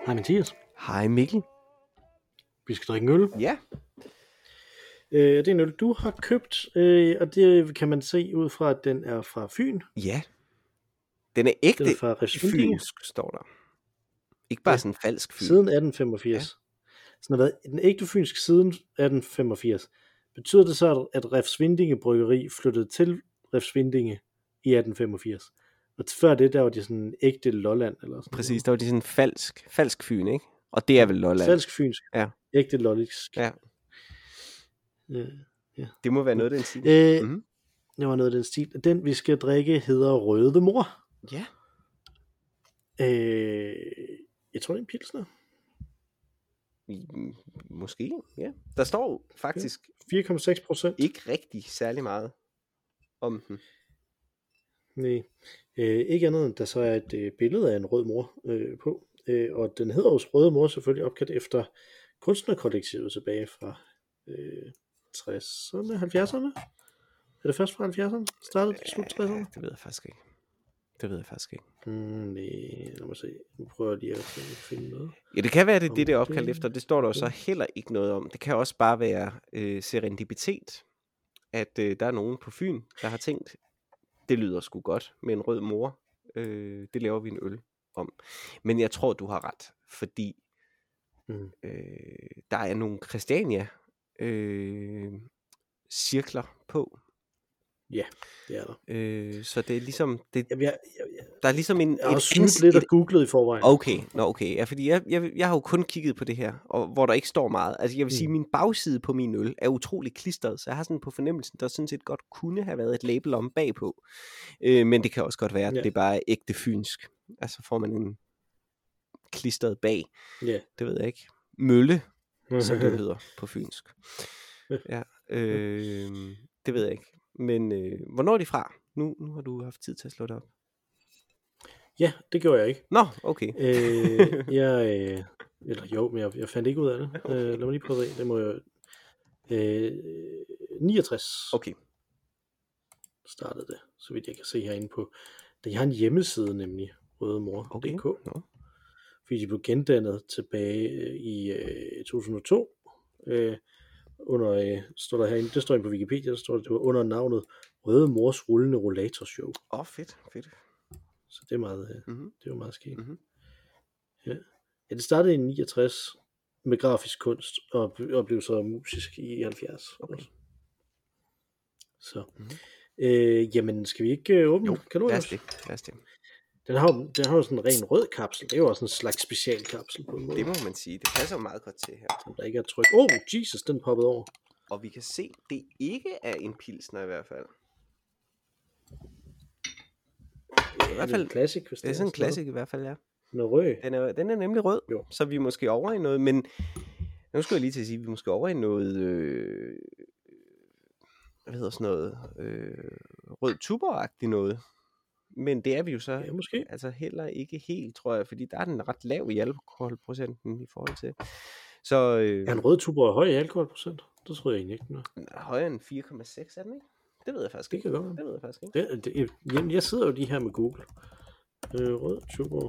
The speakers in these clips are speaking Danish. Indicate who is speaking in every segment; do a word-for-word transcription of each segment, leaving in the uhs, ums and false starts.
Speaker 1: Hej Mathias.
Speaker 2: Hej Mikkel.
Speaker 1: Vi skal drikke en øl.
Speaker 2: Ja.
Speaker 1: Øh, det er en øl, du har købt, øh, og det kan man se ud fra, at den er fra Fyn.
Speaker 2: Ja. Den er ægte
Speaker 1: Den er fra Refsvindinge.
Speaker 2: fynsk, står der. Ikke bare
Speaker 1: Ja.
Speaker 2: sådan falsk fyn.
Speaker 1: Siden atten femogfirs. Ja. Så den har været den ægte fynsk siden atten femogfirs. Betyder det så, at Refsvindinge Bryggeri flyttede til Refsvindinge i atten femogfirs? Og før det, der var de sådan ægte Lolland eller sådan
Speaker 2: Præcis, der var de sådan falsk, falsk fyn, ikke? Og det er vel Lolland.
Speaker 1: Falsk fynsk.
Speaker 2: Ja.
Speaker 1: Ægte lollandsk.
Speaker 2: Ja.
Speaker 1: Øh, ja.
Speaker 2: Det må være noget af den stil.
Speaker 1: Øh,
Speaker 2: mm-hmm.
Speaker 1: Det var noget af den stil. Den, vi skal drikke, hedder Røde Mor.
Speaker 2: Ja.
Speaker 1: Øh, jeg tror, det er en pilsner.
Speaker 2: I- Måske, ja. Der står faktisk
Speaker 1: fire komma seks procent.
Speaker 2: ikke rigtig særlig meget om den.
Speaker 1: Nej. Øh, ikke andet end, der så er et øh, billede af en rød mor øh, på. Øh, og den hedder også Røde Mor, selvfølgelig opkaldt efter kunstnerkollektivet tilbage fra øh, tresserne, halvfjerdserne. Er det først fra halvfjerdserne? Startede det i slut tresserne?
Speaker 2: Det ved jeg faktisk ikke. Det ved jeg faktisk ikke.
Speaker 1: Mm, nej, lad mig se. Nu prøver jeg lige at finde noget.
Speaker 2: Ja, det kan være, det er
Speaker 1: Om
Speaker 2: det, det er opkaldt
Speaker 1: det-
Speaker 2: efter. Det står der jo så heller ikke noget om. Det kan også bare være øh, serendipitet, at øh, der er nogen på Fyn, der har tænkt, det lyder sgu godt med en rød mor. Øh, det laver vi en øl om. Men jeg tror, du har ret, fordi
Speaker 1: Mm.
Speaker 2: øh, der er nogle Christiania øh, cirkler på.
Speaker 1: Ja, det er der.
Speaker 2: Øh, så det er ligesom, det,
Speaker 1: Jamen, jeg, jeg, jeg,
Speaker 2: der er ligesom en...
Speaker 1: jeg har
Speaker 2: et
Speaker 1: snydt
Speaker 2: ans-
Speaker 1: lidt og
Speaker 2: et-
Speaker 1: googlet i forvejen.
Speaker 2: Okay, nå okay. Ja, fordi jeg, jeg, jeg har jo kun kigget på det her, og hvor der ikke står meget. Altså jeg vil
Speaker 1: Mm.
Speaker 2: sige, min bagside på min øl er utrolig klistret, så jeg har sådan på fornemmelsen, der sådan set godt kunne have været et label om bagpå. Øh, men det kan også godt være, at
Speaker 1: Ja.
Speaker 2: det bare er ægte fynsk. Altså får man en klistret bag,
Speaker 1: Ja.
Speaker 2: det ved jeg ikke. Mølle, som det hedder på fynsk. Ja, øh, det ved jeg ikke. Men øh, hvornår er de fra? Nu, nu har du haft tid til at slå det op.
Speaker 1: Ja, det gjorde jeg ikke.
Speaker 2: Nå, okay.
Speaker 1: øh, jeg, øh, eller jo, men jeg, jeg fandt ikke ud af det. Øh, lad mig lige prøve det. Det må jeg... Øh, niogtres
Speaker 2: Okay.
Speaker 1: startede det, så vidt jeg kan se herinde på. Jeg har en hjemmeside nemlig, rødemor punktum d k.
Speaker 2: Okay. Nå.
Speaker 1: Fordi de blev gendannet tilbage øh, i øh, to tusind og to. Øh, under, øh, står der herinde, det står inde på Wikipedia, der står det, det var under navnet Røde Mors Rullende Rollatorshow.
Speaker 2: Åh, oh, fedt, fedt.
Speaker 1: Så det er meget, øh,
Speaker 2: Mm-hmm.
Speaker 1: det var meget skægt.
Speaker 2: Mhm.
Speaker 1: Ja. Ja, det startede i niogtres med grafisk kunst, og, og blev så musisk i halvfjerds.
Speaker 2: Okay.
Speaker 1: Også. Så,
Speaker 2: Mhm.
Speaker 1: øh, jamen skal vi ikke øh, åbne?
Speaker 2: Jo,
Speaker 1: Kan du
Speaker 2: lad
Speaker 1: også?
Speaker 2: os det. Lad os det.
Speaker 1: Den har, jo- den har jo sådan en ren rød kapsel. Det er jo også en slags specialkapsel på en måde,
Speaker 2: Det må man sige. Det passer jo meget godt til her.
Speaker 1: som der ikke er tryk. Oh, Jesus, den poppede over.
Speaker 2: Og vi kan se, det ikke er en pilsner i hvert fald.
Speaker 1: Ja,
Speaker 2: I hvert
Speaker 1: det er
Speaker 2: fald,
Speaker 1: en classic, hvis
Speaker 2: det er sådan en klassik i hvert fald, ja.
Speaker 1: Den er rød.
Speaker 2: Den er, den er nemlig rød,
Speaker 1: Jo.
Speaker 2: så vi er måske over i noget, men nu skulle jeg lige til at sige, vi er måske over i noget, øh, hvad hedder sådan noget, øh, rød tuboragtigt noget. Men det er vi jo så
Speaker 1: Ja, måske.
Speaker 2: altså heller ikke helt, tror jeg, fordi der er den ret lav i alkoholprocenten i forhold til. Så øh,
Speaker 1: Er en rød tuber høj i alkoholprocent? Det tror jeg egentlig ikke, den er.
Speaker 2: højere end fire komma seks er den ikke? Det ved jeg faktisk
Speaker 1: Det
Speaker 2: ikke.
Speaker 1: kan godt være.
Speaker 2: Det ved jeg faktisk ikke.
Speaker 1: Det, det, jamen, jeg sidder jo lige her med Google. Øh, rød tuber.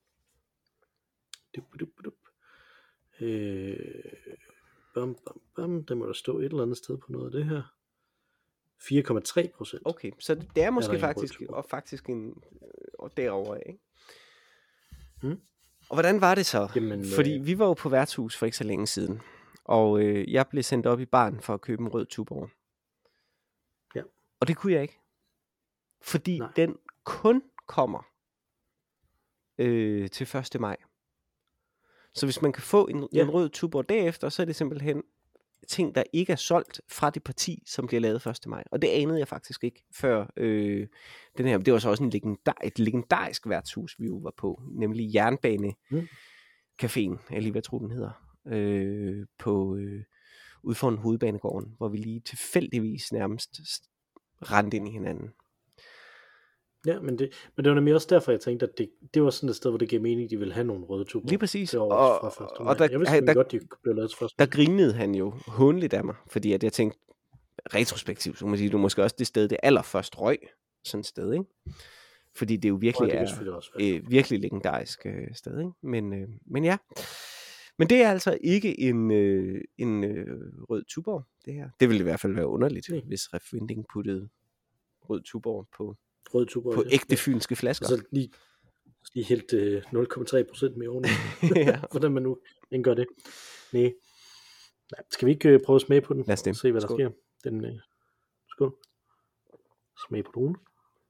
Speaker 1: Dup, dup, dup. Øh, bam, bam, bam. Der må der stå et eller andet sted på noget af det her. fire komma tre procent.
Speaker 2: Okay, så det, det er måske
Speaker 1: der en rød
Speaker 2: faktisk,
Speaker 1: tuborg?
Speaker 2: og faktisk en, øh, og derovre, ikke?
Speaker 1: Mm.
Speaker 2: Og hvordan var det så?
Speaker 1: Jamen,
Speaker 2: Fordi
Speaker 1: øh,
Speaker 2: vi var jo på værtshus for ikke så længe siden, og øh, jeg blev sendt op i baren for at købe en rød tuborg.
Speaker 1: Ja.
Speaker 2: Og det kunne jeg ikke. Fordi
Speaker 1: Nej.
Speaker 2: den kun kommer øh, til første maj. Så hvis man kan få en,
Speaker 1: Ja.
Speaker 2: en rød tuborg derefter, så er det simpelthen ting, der ikke er solgt fra det parti, som bliver lavet første maj. Og det anede jeg faktisk ikke før øh, den her. Det var så også en legendar, et legendarisk værtshus, vi jo var på, nemlig Jernbane
Speaker 1: Mm.
Speaker 2: Caféen, jeg lige hvad jeg tror, den hedder, øh, på øh, ude foran Hovedbanegården, hvor vi lige tilfældigvis nærmest rendte ind i hinanden.
Speaker 1: Ja, men det, men det var nemlig også derfor, jeg tænkte, at det, det var sådan et sted, hvor det giver mening, at de ville have nogle røde tuber.
Speaker 2: Lige præcis.
Speaker 1: Det var
Speaker 2: Og,
Speaker 1: fra første
Speaker 2: og
Speaker 1: maj.
Speaker 2: der,
Speaker 1: Jeg vidste
Speaker 2: der,
Speaker 1: nemlig
Speaker 2: der,
Speaker 1: godt, de blev lavet til første
Speaker 2: der
Speaker 1: maj.
Speaker 2: grinede han jo hånligt af mig, fordi at jeg tænkte, retrospektivt, så må man sige, du er måske også det sted, det allerførst røg, sådan et sted, ikke? fordi det jo virkelig
Speaker 1: det kan
Speaker 2: er
Speaker 1: selvfølgelig også være.
Speaker 2: øh, virkelig legendarisk øh, sted, ikke? Men, øh, men ja, men det er altså ikke en, øh, en øh, rød Tuborg, det her. Det ville i hvert fald være underligt,
Speaker 1: Nej.
Speaker 2: hvis Ref Winding puttede rød Tuborg på,
Speaker 1: Rød Tuborg,
Speaker 2: på
Speaker 1: ja.
Speaker 2: ægte
Speaker 1: Ja.
Speaker 2: fynske
Speaker 1: Og
Speaker 2: flasker.
Speaker 1: så lige, lige helt øh, nul komma tre procent mere oveni,
Speaker 2: Ja.
Speaker 1: hvordan man nu ikke gør det. Nej. Nej. Skal vi ikke øh, prøve at smage på den?
Speaker 2: Lad os det.
Speaker 1: Se hvad der
Speaker 2: Skål.
Speaker 1: sker. Den, øh, skål. Smag på den.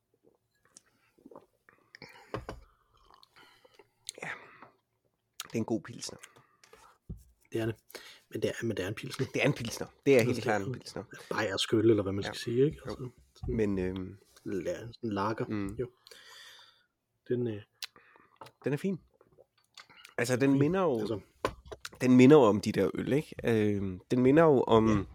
Speaker 2: Ja, det er en god pilsner.
Speaker 1: Det er det. Men det er, men det er en pilsner.
Speaker 2: Det er en pilsner. Det er helt
Speaker 1: det
Speaker 2: klart
Speaker 1: er-
Speaker 2: en pilsner.
Speaker 1: Bajer skøl, eller hvad man
Speaker 2: Ja.
Speaker 1: skal sige, ikke? Altså, sådan,
Speaker 2: Men øhm,
Speaker 1: la- sådan en lager.
Speaker 2: mm,
Speaker 1: Jo. Den, øh,
Speaker 2: den er fin. Altså, den minder jo,
Speaker 1: altså,
Speaker 2: den minder jo om de der øl, ikke? Øh, den minder jo om...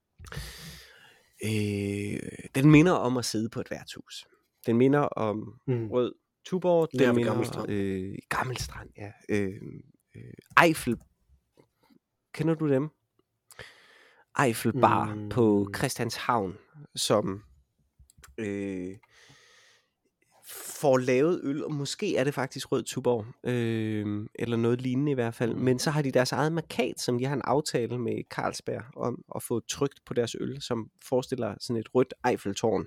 Speaker 2: Øh, den minder om at sidde på et værtshus. Den minder om
Speaker 1: mm,
Speaker 2: Rød Tuborg. Den
Speaker 1: Ja, ved
Speaker 2: minder
Speaker 1: Gammel Strand.
Speaker 2: Øh, Gammel Strand, ja. Øh, øh, Eiffel. Kender du dem? Eiffelbar mm.
Speaker 1: Mm.
Speaker 2: på Christianshavn, som øh, får lavet øl, og måske er det faktisk Rød Tuborg, øh, eller noget lignende i hvert fald,
Speaker 1: Mm.
Speaker 2: men så har de deres eget markat, som de har en aftale med Carlsberg om at få trykt på deres øl, som forestiller sådan et rødt Eiffeltårn.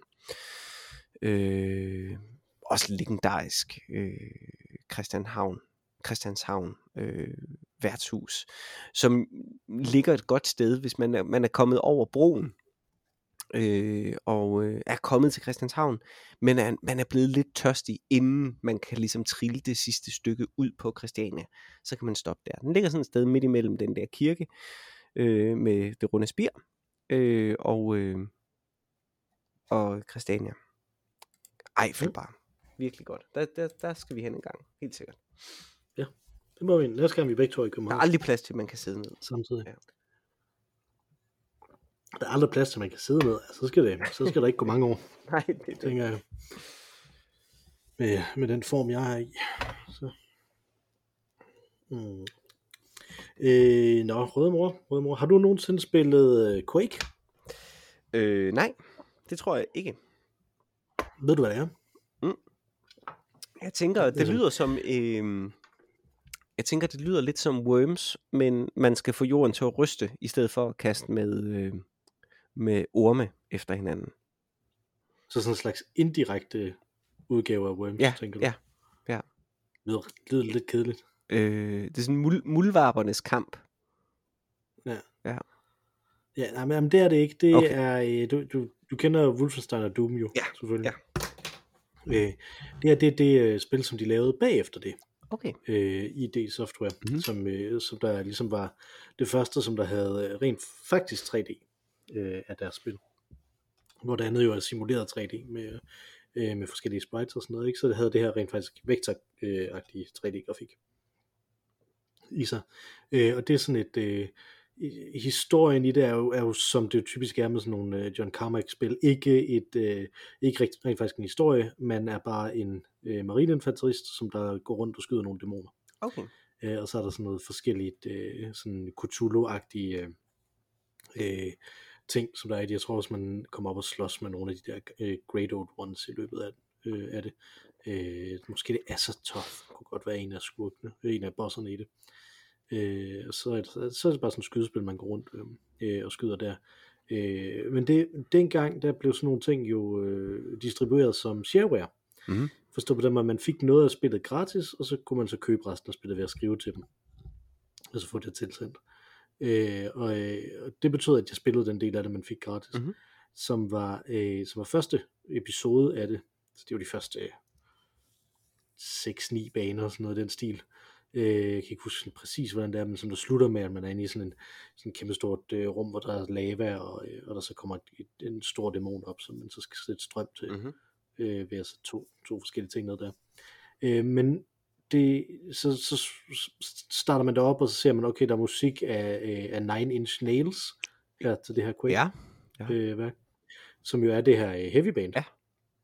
Speaker 2: Øh, også legendarisk øh, Christianshavn, Christianshavn øh, værtshus, som ligger et godt sted, hvis man er, man er kommet over broen, øh, og øh, er kommet til Christianshavn, men er, man er blevet lidt tørstig, inden man kan ligesom trille det sidste stykke ud på Christiania, så kan man stoppe der. Den ligger sådan et sted midt imellem den der kirke, øh, med det runde spir, øh, og, øh, og Christiania. Eiffelbar. Virkelig godt. Der, der, der skal vi hen en gang, helt sikkert.
Speaker 1: det må vi. Næste gang vi begge to i
Speaker 2: Der er
Speaker 1: København
Speaker 2: aldrig plads til, at man kan sidde ned.
Speaker 1: samtidig.
Speaker 2: Ja.
Speaker 1: Der er aldrig plads til, man kan sidde med. Altså, så skal det, så skal der ikke gå mange år,
Speaker 2: Nej, det er det.
Speaker 1: tænker jeg. Med, med den form, jeg er i. Så. Mm. Øh, nå, Rødemor, Rødemor. Har du nogensinde spillet øh, Quake?
Speaker 2: Øh, nej, det tror jeg ikke.
Speaker 1: Ved du, hvad det er?
Speaker 2: Jeg tænker, det
Speaker 1: Ligesom-
Speaker 2: lyder som... Øh, jeg tænker, det lyder lidt som Worms, men man skal få jorden til at ryste, i stedet for at kaste med, øh, med orme efter hinanden.
Speaker 1: Så sådan en slags indirekte udgave af Worms,
Speaker 2: Ja,
Speaker 1: tænker du?
Speaker 2: ja, ja.
Speaker 1: Lyder, lyder lidt kedeligt.
Speaker 2: Øh, det er sådan mul- muldvarpernes kamp.
Speaker 1: Ja.
Speaker 2: Ja.
Speaker 1: Ja, nej, men jamen, det er det ikke. Det
Speaker 2: Okay.
Speaker 1: er, øh, du, du, du kender Wolfenstein og Doom jo,
Speaker 2: Ja,
Speaker 1: selvfølgelig. Øh, det er det, det øh, spil, som de lavede bagefter det.
Speaker 2: Okay.
Speaker 1: øh, I D Software,
Speaker 2: Mhm.
Speaker 1: mm-hmm. som, øh, som der ligesom var det første, som der havde øh, rent faktisk tre D øh, af deres spil. Hvor det andet jo er simuleret tre D med, øh, med forskellige sprites og sådan noget, ikke? Så det havde det her rent faktisk vektor-agtige tre D-grafik i sig. Øh, og det er sådan et... Øh, i- historien i det er jo, er jo som det jo typisk er med sådan nogle øh, John Carmack-spil, ikke et øh, ikke rigt, rent faktisk en historie, men er bare en øh, marineinfanterist, som der går rundt og skyder nogle dæmoner.
Speaker 2: Okay.
Speaker 1: Øh, og så er der sådan noget forskelligt, øh, sådan Cthulhu-agtige øh, øh, ting, som der er i det. Jeg tror også, man kommer op og slås med nogle af de der øh, Great Old Ones i løbet af, øh, af det. Øh, måske det Azathoth kunne godt være en af skurkene, en af bosserne i det. Øh, og så er, det, så er det bare sådan et skydespil, man går rundt øh, og skyder der. Øh, men det, dengang, der blev sådan nogle ting jo øh, distribueret som shareware.
Speaker 2: Mhm.
Speaker 1: Forstå på den måde, at man fik noget af spillet gratis, og så kunne man så købe resten af spillet ved at skrive til dem. Og så få det tilsendt. Øh, og, øh, og det betød, at jeg spillede den del af det, man fik gratis.
Speaker 2: Mhm.
Speaker 1: Som var, øh, som var første episode af det. Så det var de første øh, seks ni baner og sådan noget i den stil. Øh, jeg kan ikke huske sådan præcis, hvordan det er, men som der slutter med, at man er inde i sådan en, sådan en kæmpe stort øh, rum, hvor der er lava, og, øh, og der så kommer et, et, en stor dæmon op, som man så skal sætte strøm til,
Speaker 2: Mhm.
Speaker 1: øh, ved at sætte to, to forskellige ting ned der. Øh, men det, så, så starter man derop, og så ser man, okay, der er musik af, øh, af Nine Inch Nails her til det her Quake
Speaker 2: Ja. Ja.
Speaker 1: øh, værk, som jo er det her øh, heavy band.
Speaker 2: Ja.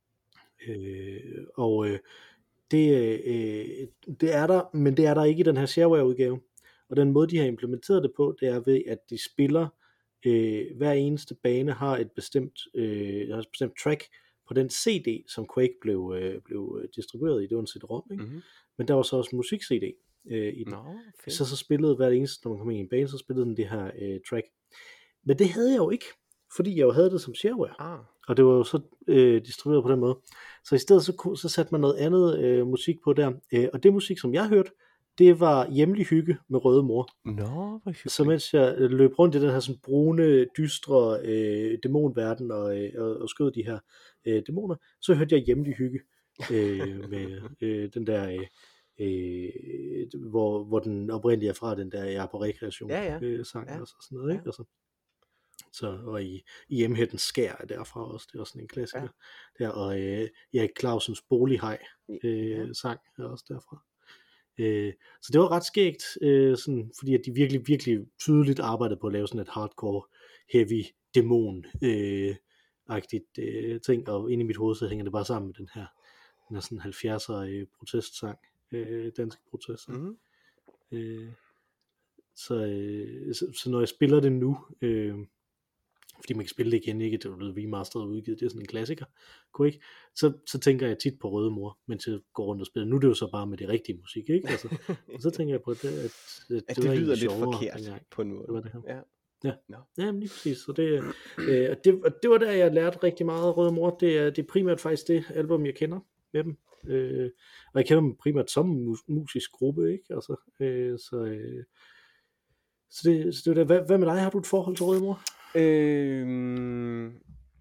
Speaker 1: Øh, og øh, det, øh, det er der, men det er der ikke i den her shareware udgave. Og den måde, de har implementeret det på, det er ved, at de spiller, øh, hver eneste bane har et bestemt, øh, har et bestemt track på den C D, som Quake blev, øh, blev distribueret i, det var en C D-rom, ikke?
Speaker 2: Mm-hmm.
Speaker 1: Men der var så også musik-C D øh, i den.
Speaker 2: Nå, fedt.
Speaker 1: Så så spillede hver eneste, når man kom ind i en bane, så spillede den det her øh, track. Men det havde jeg jo ikke, fordi jeg jo havde det som shareware.
Speaker 2: Ah.
Speaker 1: Og det var jo så øh, distribueret på den måde. Så i stedet så, så satte man noget andet øh, musik på der. Øh, og det musik, som jeg hørte, det var hjemlig hygge med Røde Mor.
Speaker 2: Nå, hvor hyggeligt.
Speaker 1: Så mens jeg løb rundt i den her sådan brune, dystre øh, dæmonverden og, øh, og, og skød de her øh, dæmoner, så hørte jeg hjemlig hygge øh, med øh, den der, øh, øh, hvor, hvor den oprindelige er fra, den der jeg er på rekreation
Speaker 2: Ja, ja.
Speaker 1: øh, sang
Speaker 2: Ja.
Speaker 1: og sådan noget, ikke?
Speaker 2: Ja.
Speaker 1: Og så, så og i, i hjemhætten skær er derfra også, det er også sådan en klassiker. Ja. Der, og øh, Erik Clausens Bolighej øh,
Speaker 2: Ja.
Speaker 1: sang er også derfra. Øh, så det var ret skægt, øh, sådan, fordi at de virkelig, virkelig tydeligt arbejdede på at lave sådan et hardcore, heavy, dæmon øh, agtigt øh, ting, og inde i mit hoved, så hænger det bare sammen med den her, den her sådan halvfjerdser øh, protestsang, øh, dansk protestsang.
Speaker 2: Mm-hmm.
Speaker 1: Øh, så, øh, så, så når jeg spiller det nu, øh, fordi man kan spille det igen, ikke? Det er blevet remasteret og udgivet, det er sådan en klassiker, Quake, så, så tænker jeg tit på Røde Mor, mens jeg går rundt og spiller. Nu er det jo så bare med det rigtige musik, ikke? Altså, og så tænker jeg på, at det, at, at
Speaker 2: At
Speaker 1: det,
Speaker 2: det
Speaker 1: var
Speaker 2: lyder lidt
Speaker 1: sjovere
Speaker 2: forkert
Speaker 1: dengang.
Speaker 2: på en måde.
Speaker 1: Det var det her.
Speaker 2: Ja.
Speaker 1: Ja,
Speaker 2: Nå.
Speaker 1: ja, men lige præcis. Så det, øh, og det, og det var der, jeg lærte rigtig meget af Røde Mor. Det er, det er primært faktisk det album, jeg kender med dem. Øh, og jeg kender dem primært som mus- musisk gruppe, ikke? Altså, øh, så, øh, så, det, så det var der. Hvad, hvad med dig? Har du et forhold til Røde Mor?
Speaker 2: Øhm,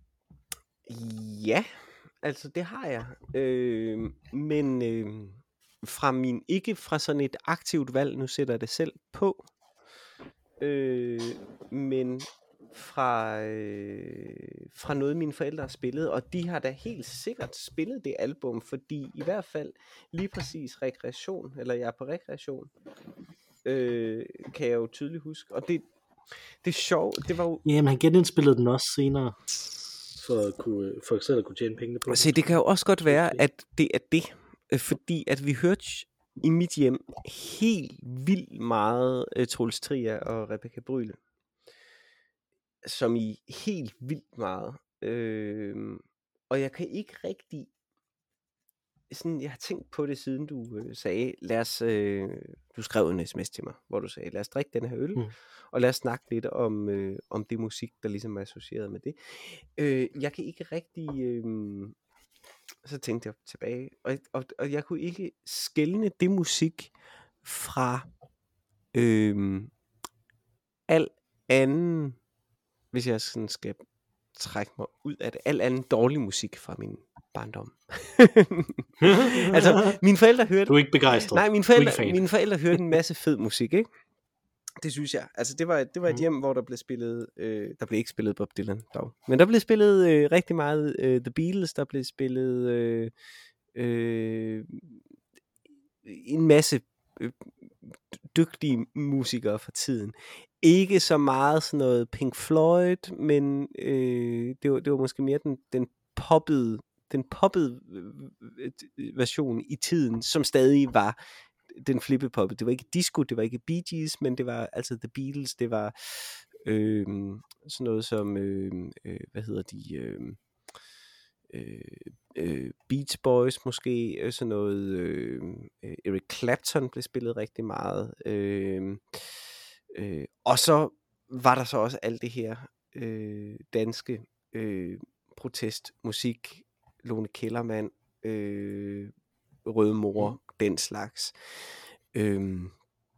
Speaker 2: ja, altså det har jeg. Øhm, men øhm, fra min, ikke fra sådan et aktivt valg, nu sætter jeg det selv på, øh, men fra, øh, fra noget mine forældre har spillet, og de har da helt sikkert spillet det album, fordi i hvert fald lige præcis rekreation, eller jeg er på rekreation, øh, kan jeg jo tydeligt huske, og det det er sjovt, det var jo...
Speaker 1: Jamen, han genindspillede den også senere, for, at kunne, for eksempel at kunne tjene pengene på.
Speaker 2: Se, det kan jo også godt være, at det er det, fordi at vi hørte i mit hjem helt vildt meget uh, Troels Trier og Rebecca Bryle, som i helt vildt meget. Øh, og jeg kan ikke rigtig... Sådan, jeg har tænkt på det, siden du øh, sagde, lad os, øh, du skrev en sms til mig, hvor du sagde, lad os drikke den her øl, mm. og lad os snakke lidt om, øh, om det musik, der ligesom er associeret med det. Øh, jeg kan ikke rigtig, øh, så tænkte jeg tilbage, og, og, og jeg kunne ikke skelne det musik fra øh, al anden, hvis jeg sådan skal trække mig ud af det, al anden dårlig musik fra min barndom. Altså, mine forældre hørte...
Speaker 1: Du er ikke begejstret.
Speaker 2: Nej, mine forældre, mine forældre hørte en masse fed musik, ikke? Det synes jeg. Altså, det var, det var et hjem, hvor der blev spillet... Øh, der blev ikke spillet Bob Dylan, dog. Men der blev spillet øh, rigtig meget øh, The Beatles, der blev spillet øh, øh, en masse øh, dygtige musikere fra tiden. Ikke så meget sådan noget Pink Floyd, men øh, det, var, det var måske mere den, den poppede den poppede version i tiden, som stadig var den flippepoppede. Det var ikke disco, det var ikke Bee Gees, men det var altså The Beatles, det var øh, sådan noget som, øh, øh, hvad hedder de, øh, øh, Beach Boys måske, sådan noget, øh, Eric Clapton blev spillet rigtig meget, øh, øh, og så var der så også alt det her øh, danske øh, protestmusik, Lone Kellermann, øh, Røde Mor, mm. den slags. Øhm.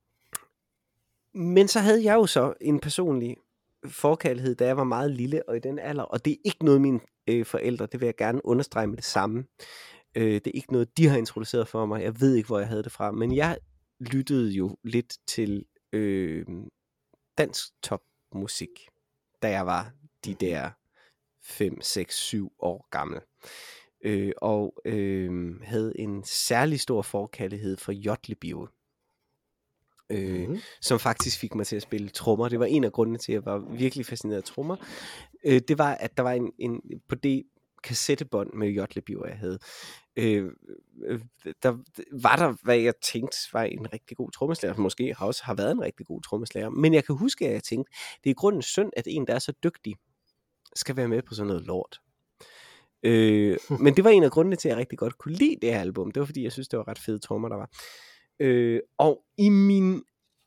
Speaker 2: Men så havde jeg jo så en personlig forkærlighed, da jeg var meget lille og i den alder, og det er ikke noget mine øh, forældre, det vil jeg gerne understrege med det samme. Øh, det er ikke noget, de har introduceret for mig. Jeg ved ikke, hvor jeg havde det fra, men jeg lyttede jo lidt til øh, dansk topmusik, da jeg var de der fem, seks, syv år gammel. Øh, og øh, havde en særlig stor forkærlighed for Jotlebio, øh, mm-hmm. som faktisk fik mig til at spille trommer. Det var en af grundene til, at jeg var virkelig fascineret af trommer. Øh, det var, at der var en, en på det kassettebånd med Jotlebio, jeg havde. Øh, der var der, hvad jeg tænkte var en rigtig god trommeslager, måske har også har været en rigtig god trommeslager, men jeg kan huske, at jeg tænkte, det er i grunden synd, at en, der er så dygtig, skal være med på sådan noget lort. Øh, men det var en af grundene til, at jeg rigtig godt kunne lide det her album. Det var, fordi jeg synes, det var ret fede trommer, der var. Øh, og i min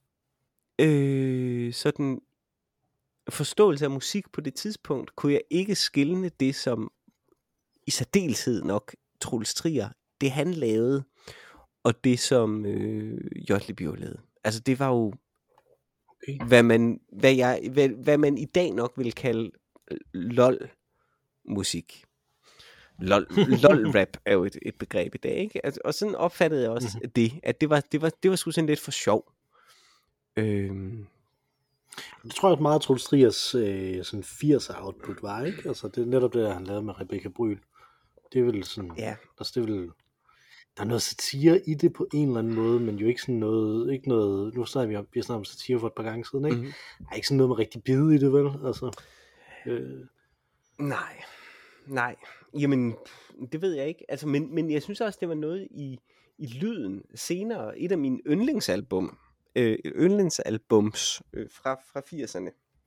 Speaker 2: øh, sådan forståelse af musik på det tidspunkt, kunne jeg ikke skelne det, som i særdeleshed nok Troels Trier, det han lavede, og det som øh, Jotlebjørn lavede. Altså det var jo, okay. hvad, man, hvad, jeg, hvad, hvad man i dag nok vil kalde lol-musik. Lol, lol-rap er jo et, et begreb i dag, ikke? Altså, og sådan opfattede jeg også mm-hmm. det, at det var, det, var, det var sgu sådan lidt for sjov. Øhm.
Speaker 1: Det tror jeg også meget, Troels Triers øh, sådan firser output var, ikke? Altså det er netop det, der han lavede med Rebecca Bryl. Det er vel sådan,
Speaker 2: ja.
Speaker 1: altså det er vel, der er noget satire i det på en eller anden måde, men jo ikke sådan noget, ikke noget, nu snakker vi om, vi har snakket om satire for et par gange siden, ikke? Mm-hmm. Der er ikke sådan noget med rigtig bide i det, vel? Altså, øh.
Speaker 2: Nej, nej, jamen, det ved jeg ikke, altså, men, men jeg synes også, det var noget i, i lyden senere, et af mine yndlingsalbum, øh, yndlingsalbums øh, fra, fra firserne,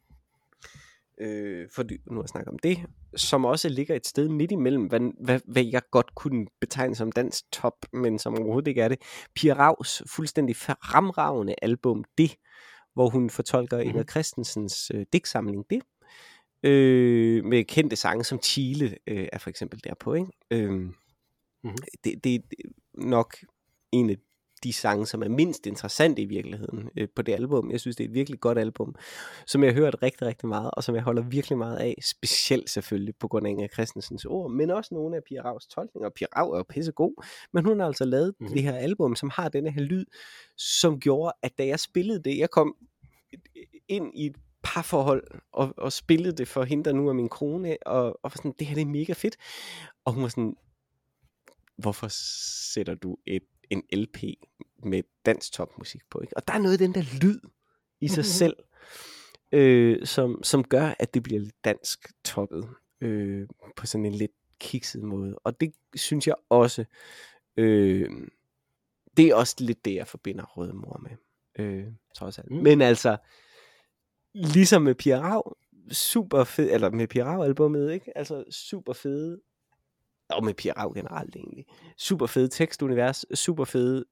Speaker 2: øh, for nu har jeg snakket om det, som også ligger et sted midt imellem, hvad, hvad, hvad jeg godt kunne betegne som dansk top, men som overhovedet ikke er det. Pia Raus fuldstændig fremragende album, Det, hvor hun fortolker mm-hmm. Inger Christensens øh, digtsamling, Det, øh, med kendte sange som Chile øh, er for eksempel derpå, ikke? Øh, mm-hmm. det, det er nok en af de sange, som er mindst interessante i virkeligheden øh, på det album. Jeg synes, det er et virkelig godt album, som jeg har hørt rigtig, rigtig meget, og som jeg holder virkelig meget af, specielt selvfølgelig på grund af Inger Christensens ord, men også nogle af Pia Raus tolkninger. Pia Raus er jo pissegod, men hun har altså lavet mm-hmm. det her album, som har denne her lyd, som gjorde, at da jeg spillede det, jeg kom ind i et parforhold, og, og spillede det for hende, der nu er min kone, og, og var sådan, det her det er mega fedt, og hun var sådan, hvorfor sætter du et en L P med dansk topmusik på, ikke? Og der er noget af den der lyd i sig selv, øh, som, som gør, at det bliver lidt dansk toppet øh, på sådan en lidt kikset måde. Og det synes jeg også, øh, det er også lidt det, jeg forbinder Røde Mor med, øh, trods alt. Mm. Men altså, ligesom med Pia Rau, super fed, eller med Pia Rau-albummet, ikke? Altså super fede, og med Pia Rau generelt egentlig, super fede tekstunivers, super fede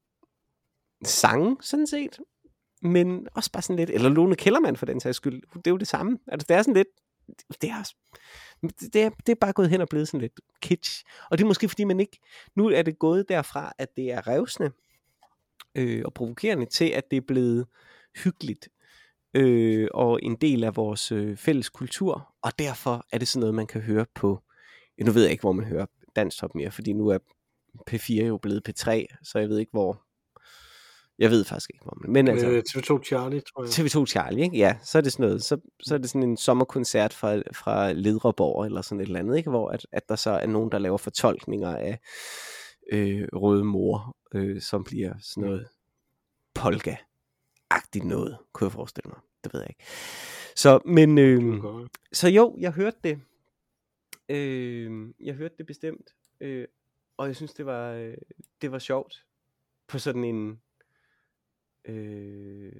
Speaker 2: sange, sådan set, men også bare sådan lidt, eller Lone Kellermann for den sags skyld, det er jo det samme, altså det er sådan lidt, det er, også, det er, det er bare gået hen og blevet sådan lidt kitsch, og det er måske fordi man ikke, nu er det gået derfra, at det er revsende øh, og provokerende, til at det er blevet hyggeligt, øh, og en del af vores øh, fælles kultur, og derfor er det sådan noget, man kan høre på, nu ved jeg ikke, hvor man hører dansk top mere, fordi nu er P fire jo blevet P tre, så jeg ved ikke, hvor, jeg ved faktisk ikke, hvor man, men altså,
Speaker 1: T V to Charlie, tror jeg.
Speaker 2: T V to Charlie, ikke? Ja, så er det sådan noget, så, så er det sådan en sommerkoncert fra, fra Ledreborg, eller sådan et eller andet, ikke? Hvor at, at der så er nogen, der laver fortolkninger af øh, Røde Mor, øh, som bliver sådan noget polka-agtigt noget, kunne jeg forestille mig, det ved jeg ikke. Så, men, øh, så jo, jeg hørte det, øh, jeg hørte det bestemt, øh, og jeg synes, det var, øh, det var sjovt, på sådan en, Øh,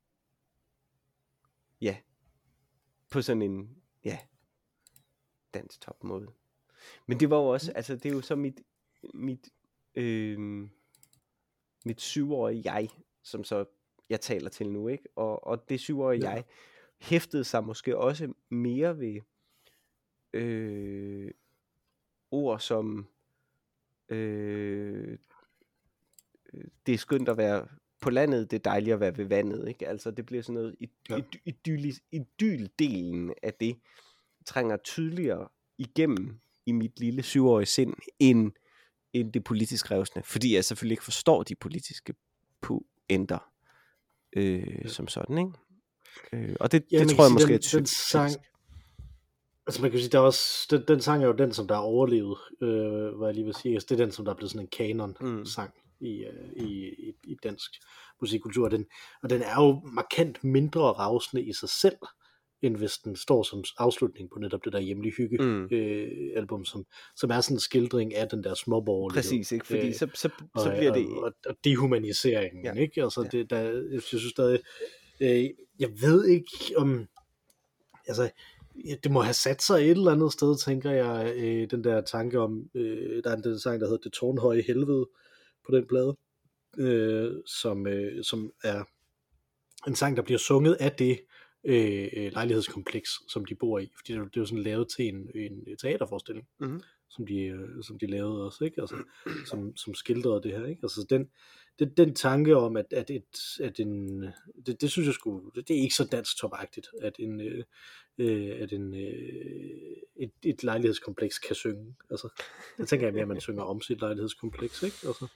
Speaker 2: ja, på sådan en, ja, dansk top måde. Men det var jo også, altså det er jo så mit, mit, øh, mit syvårige jeg, som så jeg taler til nu, ikke? Og, og det syvårige ja. jeg hæftede sig måske også mere ved øh, ord som, øh, det er skønt at være på landet, det er dejligt at være ved vandet, ikke? Altså det bliver sådan noget, ja. Idyl-delen af det trænger tydeligere igennem i mit lille syvårige sind, end, end det politisk revsende, fordi jeg selvfølgelig ikke forstår de politiske pointer øh, ja. som sådan, ikke? Øh, og det, ja, det tror jeg måske
Speaker 1: den,
Speaker 2: er typisk.
Speaker 1: Den sang, altså man kan sige, der er også, den, den sang er jo den, som der er overlevet, øh, hvad jeg lige vil sige, altså det er den, som der er blevet sådan en kanon-sang. Mm. I, i, i, i dansk musikkultur, og den, og den er jo markant mindre ravsende i sig selv, end hvis den står som afslutning på netop det der hjemlige hygge mm. øh, album, som, som er sådan en skildring af den der småborgerlighed.
Speaker 2: Præcis, ikke? Fordi øh, så, så, så bliver
Speaker 1: og,
Speaker 2: det...
Speaker 1: Og, og dehumaniseringen, ja. ikke? Altså,
Speaker 2: ja.
Speaker 1: det, der, jeg synes stadig, øh, jeg ved ikke om, altså, ja, det må have sat sig et eller andet sted, tænker jeg, øh, den der tanke om, øh, der er den sang, der hedder Det Tårnhøje Helvede på den plade, øh, som, øh, som er en sang, der bliver sunget af det øh, lejlighedskompleks, som de bor i, fordi det, det er jo sådan lavet til en, en teaterforestilling, mm-hmm. som, de, øh, som de lavede også, ikke? Altså, som, som skildrede det her, ikke? Altså den, den, den tanke om, at, at, et, at en, det, det synes jeg sgu, det, det er ikke så dansk topagtigt, at en, øh, at en øh, et, et lejlighedskompleks kan synge, altså, jeg tænker jeg mere, at man synger om sit lejlighedskompleks, ikke? Altså,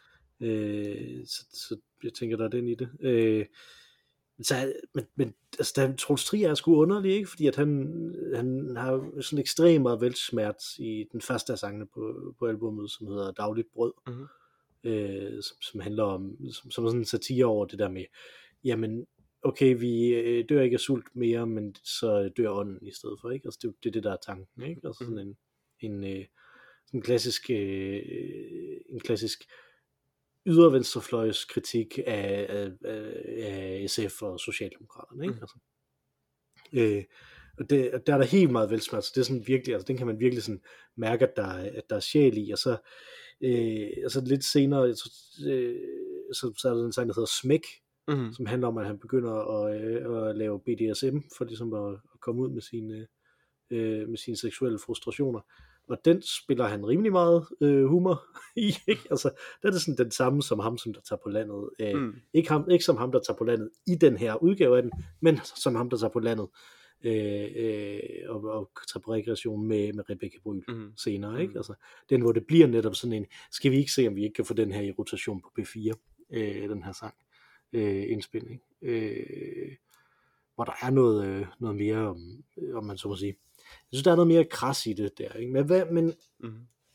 Speaker 1: øh, så, så jeg tænker, der er den i det. Øh, Så, men, men altså, der, Troels Trier er sgu underlig, ikke? Fordi at han, han har sådan ekstremt meget velsmert i den første af sangene på, på albumet, som hedder Dagligt Brød, mm-hmm. øh, som, som handler om, som, som er sådan en satire over det der med, jamen, okay, vi øh, dør ikke af sult mere, men så dør ånden i stedet for, ikke? Altså, det, det er det, der er tanken, ikke? Altså sådan en, en, øh, sådan en klassisk, øh, en klassisk ydervenstrefløjs kritik af, af, af S F og Socialdemokraterne, ikke? Mm. Altså, øh, og, det, og der er der helt meget velsmert, så det er sådan virkelig, altså den kan man virkelig sådan mærke, at der, at der er sjæl i, og så, øh, altså lidt senere, så, øh, så, så er der en sang, der hedder Smæk, mm. som handler om, at han begynder at, øh, at lave B D S M, for ligesom at, at komme ud med sine, øh, med sine seksuelle frustrationer. Og den spiller han rimelig meget øh, humor i, ikke? Altså, det er det sådan den samme som ham, som der tager på landet. Øh, mm. ikke, ham, ikke som ham, der tager på landet i den her udgave af den, men som ham, der tager på landet øh, øh, og, og tager på rekreation med, med Rebecca Bryl mm. senere, ikke? Altså, den, hvor det bliver netop sådan en, skal vi ikke se, om vi ikke kan få den her i rotation på P fire, øh, den her sang, øh, indspilning. Øh, hvor der er noget, øh, noget mere, om, om man så må sige. Jeg synes, der er noget mere kras i det der, ikke? Men, hvad, men, mm.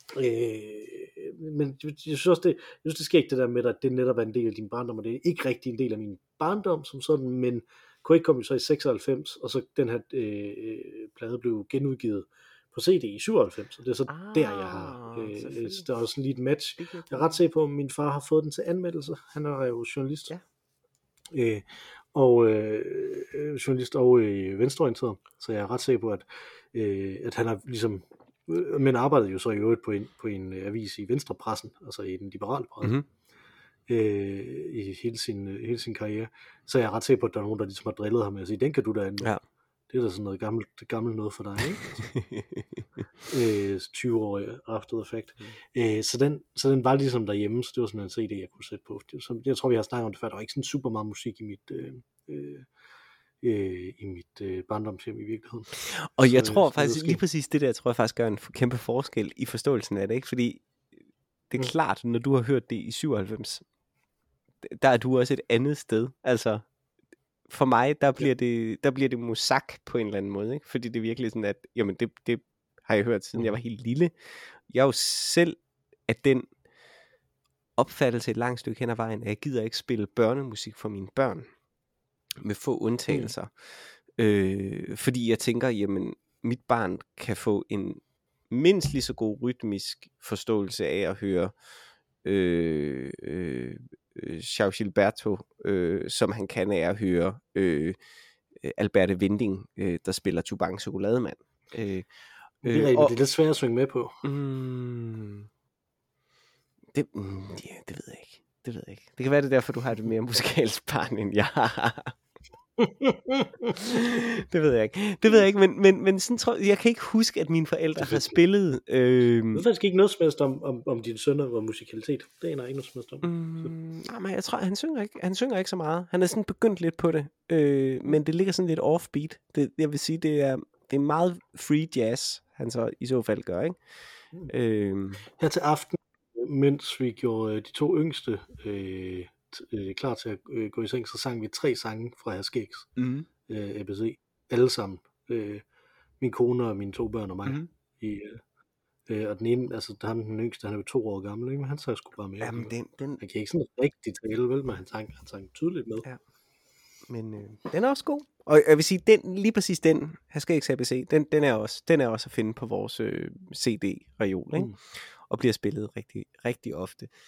Speaker 1: øh, men jeg synes også, det, jeg synes, det sker ikke det der med, at det netop er en del af din barndom, og det er ikke rigtig en del af min barndom som sådan, men kunne ikke komme så i seksoghalvfems, og så den her øh, plade blev genudgivet på C D i syvoghalvfems, og det er så ah, der, jeg har, øh, der er også lige et match. Jeg er ret sikker på, at min far har fået den til anmeldelse. Han er jo journalist. Ja. Øh, og øh, journalist og øh, venstreorienteret, så jeg er ret sikker på, at, øh, at han har ligesom, øh, men arbejdede jo så i øvrigt på en, på en avis i venstrepressen, altså i den liberale presse, mm-hmm. øh, i hele sin, hele sin karriere, så jeg er ret sikker på, at der er nogen, der ligesom har drillet ham med at sige, den kan du da anmelde. Ja. Det er da sådan noget gammelt, gammelt noget for dig, ikke? øh, tyve år after the fact. Mm. Øh, så, den, så den var ligesom derhjemme, så det var sådan en C D, jeg kunne sætte på. Det, så, jeg tror, vi har snakket om det før, der var ikke sådan super meget musik i mit, øh, øh, i mit øh, barndomshjem i virkeligheden.
Speaker 2: Og jeg
Speaker 1: så,
Speaker 2: tror
Speaker 1: så
Speaker 2: faktisk, lige præcis det der, tror jeg faktisk gør en kæmpe forskel i forståelsen af det, ikke? Fordi det er mm. klart, når du har hørt det i syvoghalvfems, der er du også et andet sted, altså for mig, der bliver, ja. det, der bliver det musak på en eller anden måde, ikke? Fordi det er virkelig sådan, at jamen, det, det har jeg hørt, siden mm. jeg var helt lille. Jeg er jo selv af den opfattelse et langt stykke hen ad vejen, at jeg gider ikke spille børnemusik for mine børn, med få undtagelser. Mm. Øh, fordi jeg tænker, jamen, mit barn kan få en mindst lige så god rytmisk forståelse af at høre øh, øh, Charles Gilberto, øh, som han kan af at høre øh, Alberte Winding, øh, der spiller Tubang Chokolademand. Øh,
Speaker 1: det, er rigtigt, og, det er lidt svært at synge med på.
Speaker 2: Mm, det, mm, ja, det ved jeg ikke. Det ved jeg ikke. Det kan være det derfor, du har et mere musikalsk barn, end jeg har. Det ved jeg ikke. Det ved jeg ikke, men, men, men sådan tror jeg, jeg kan ikke huske, at mine forældre har spillet. Øh...
Speaker 1: Jeg ved faktisk ikke noget som helst om, om, om dine sønner og musikalitet. Det er ikke noget som helst om.
Speaker 2: Mm, nej, men jeg tror, han synger ikke. Han synger ikke så meget. Han er sådan begyndt lidt på det, øh, men det ligger sådan lidt offbeat. Det, jeg vil sige, det er, det er meget free jazz, han så i så fald gør, ikke? Mm. Øh...
Speaker 1: Her til aften, mens vi gjorde de to yngste øh, øh, klar til at øh, gå i seng, så sang vi tre sange fra Herr Skægs mm. øh, A B C. Alle sammen. Øh, min kone og mine to børn og mig. Mm. I, øh, og den ene, altså han den yngste, han er jo to år gammel, ikke? Men han sang sgu bare med.
Speaker 2: Jamen, den, den...
Speaker 1: Han kan ikke sådan rigtig tale, vel, men han sang, han sang tydeligt med. Ja.
Speaker 2: Men øh, den er også god. Og jeg vil sige, den, lige præcis den, Herr Skægs A B C, den, den, er også, den er også at finde på vores øh, C D-reol, ikke? Mm. Og bliver spillet rigtig, rigtig ofte.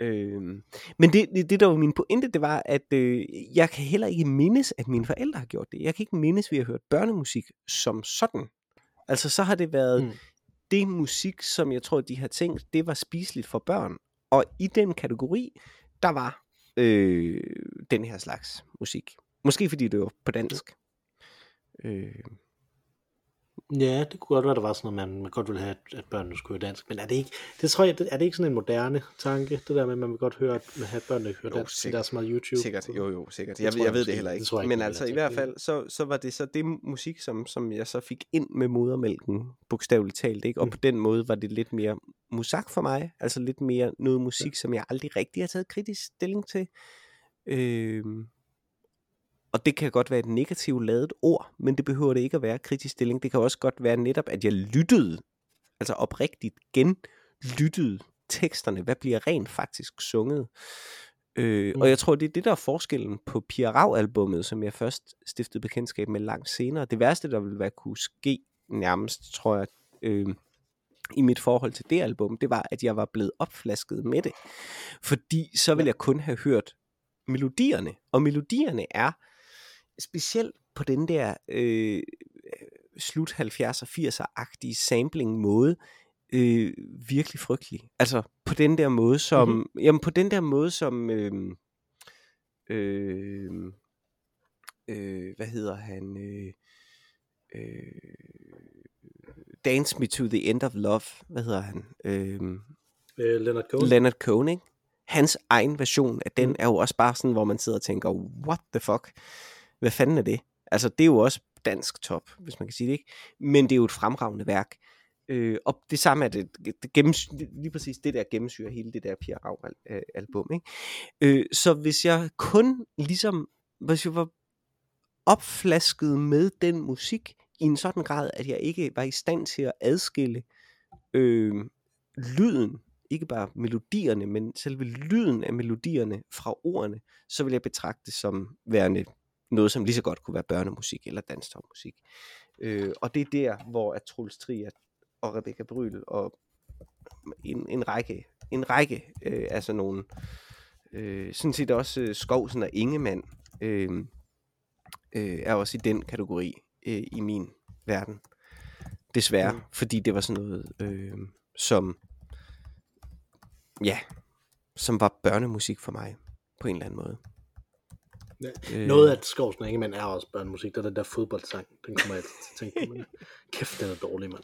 Speaker 2: Øh, men det, det, det der var min pointe, det var, at øh, jeg kan heller ikke mindes, at mine forældre har gjort det. Jeg kan ikke mindes, at vi har hørt børnemusik som sådan. Altså så har det været mm. det musik, som jeg tror, de har tænkt, det var spiseligt for børn. Og i den kategori, der var øh, den her slags musik. Måske fordi det var på dansk. Øh.
Speaker 1: Ja, det kunne godt være, der var sådan noget, man, man godt ville have, at børnene skulle høre dansk. Men er det ikke, det tror jeg, er det ikke sådan en moderne tanke, det der med, at man vil godt høre, at man have børnene høre dansk, jo, der er så meget YouTube?
Speaker 2: Sikkert, jo jo, sikkert. Jeg, jeg, jeg ved det heller ikke. Det jeg, Men altså i hvert fald, så, så var det så det musik, som, som jeg så fik ind med modermælken, bogstaveligt talt, ikke? Og mm. på den måde var det lidt mere musak for mig, altså lidt mere noget musik, ja. Som jeg aldrig rigtig har taget kritisk stilling til. Øh... Og det kan godt være et negativt ladet ord, men det behøver det ikke at være kritisk stilling. Det kan også godt være netop, at jeg lyttede, altså oprigtigt genlyttede teksterne. Hvad bliver rent faktisk sunget? Øh, mm. Og jeg tror, det er det, der er forskellen på Pia Rauh-albummet, som jeg først stiftede bekendtskab med langt senere. Det værste, der ville være kunne ske nærmest, tror jeg, øh, i mit forhold til det album, det var, at jeg var blevet opflasket med det. Fordi så ville jeg kun have hørt melodierne. Og melodierne er specielt på den der øh, slut halvfjerdser firsser-agtige sampling måde øh, virkelig frygtelig. Altså på den der måde som mm-hmm. jamen på den der måde som øh, øh, øh, hvad hedder han øh, øh, Dance Me to the End of Love, hvad hedder han? Øh,
Speaker 1: øh, Leonard Cohen.
Speaker 2: Leonard Cohen, ikke? Hans egen version af den mm. er jo også bare sådan, hvor man sidder og tænker, what the fuck? Hvad fanden er det? Altså, det er jo også dansk top, hvis man kan sige det, ikke? Men det er jo et fremragende værk. Øh, og det samme er det, det gennems, lige præcis det der gennemsyrer hele det der Pia Rauh-album, ikke? Øh, så hvis jeg kun ligesom, hvis jeg var opflasket med den musik, i en sådan grad, at jeg ikke var i stand til at adskille øh, lyden, ikke bare melodierne, men selve lyden af melodierne fra ordene, så vil jeg betragte det som værende noget, som lige så godt kunne være børnemusik eller dansktopmusik. Øh, og det er der, hvor at Troels Trier og Rebecca Bryl og en, en række, en række øh, altså nogle, øh, sådan set også øh, Skovsen og Ingemann, øh, øh, er også i den kategori øh, i min verden. Desværre, mm. fordi det var sådan noget, øh, som ja, som var børnemusik for mig, på en eller anden måde.
Speaker 1: Ja. Øh. Noget af Skovsen og Ingemann er også børnemusik, der er den der fodboldsang, den kommer jeg til at tænke på, men kæft, den er dårlig, mand.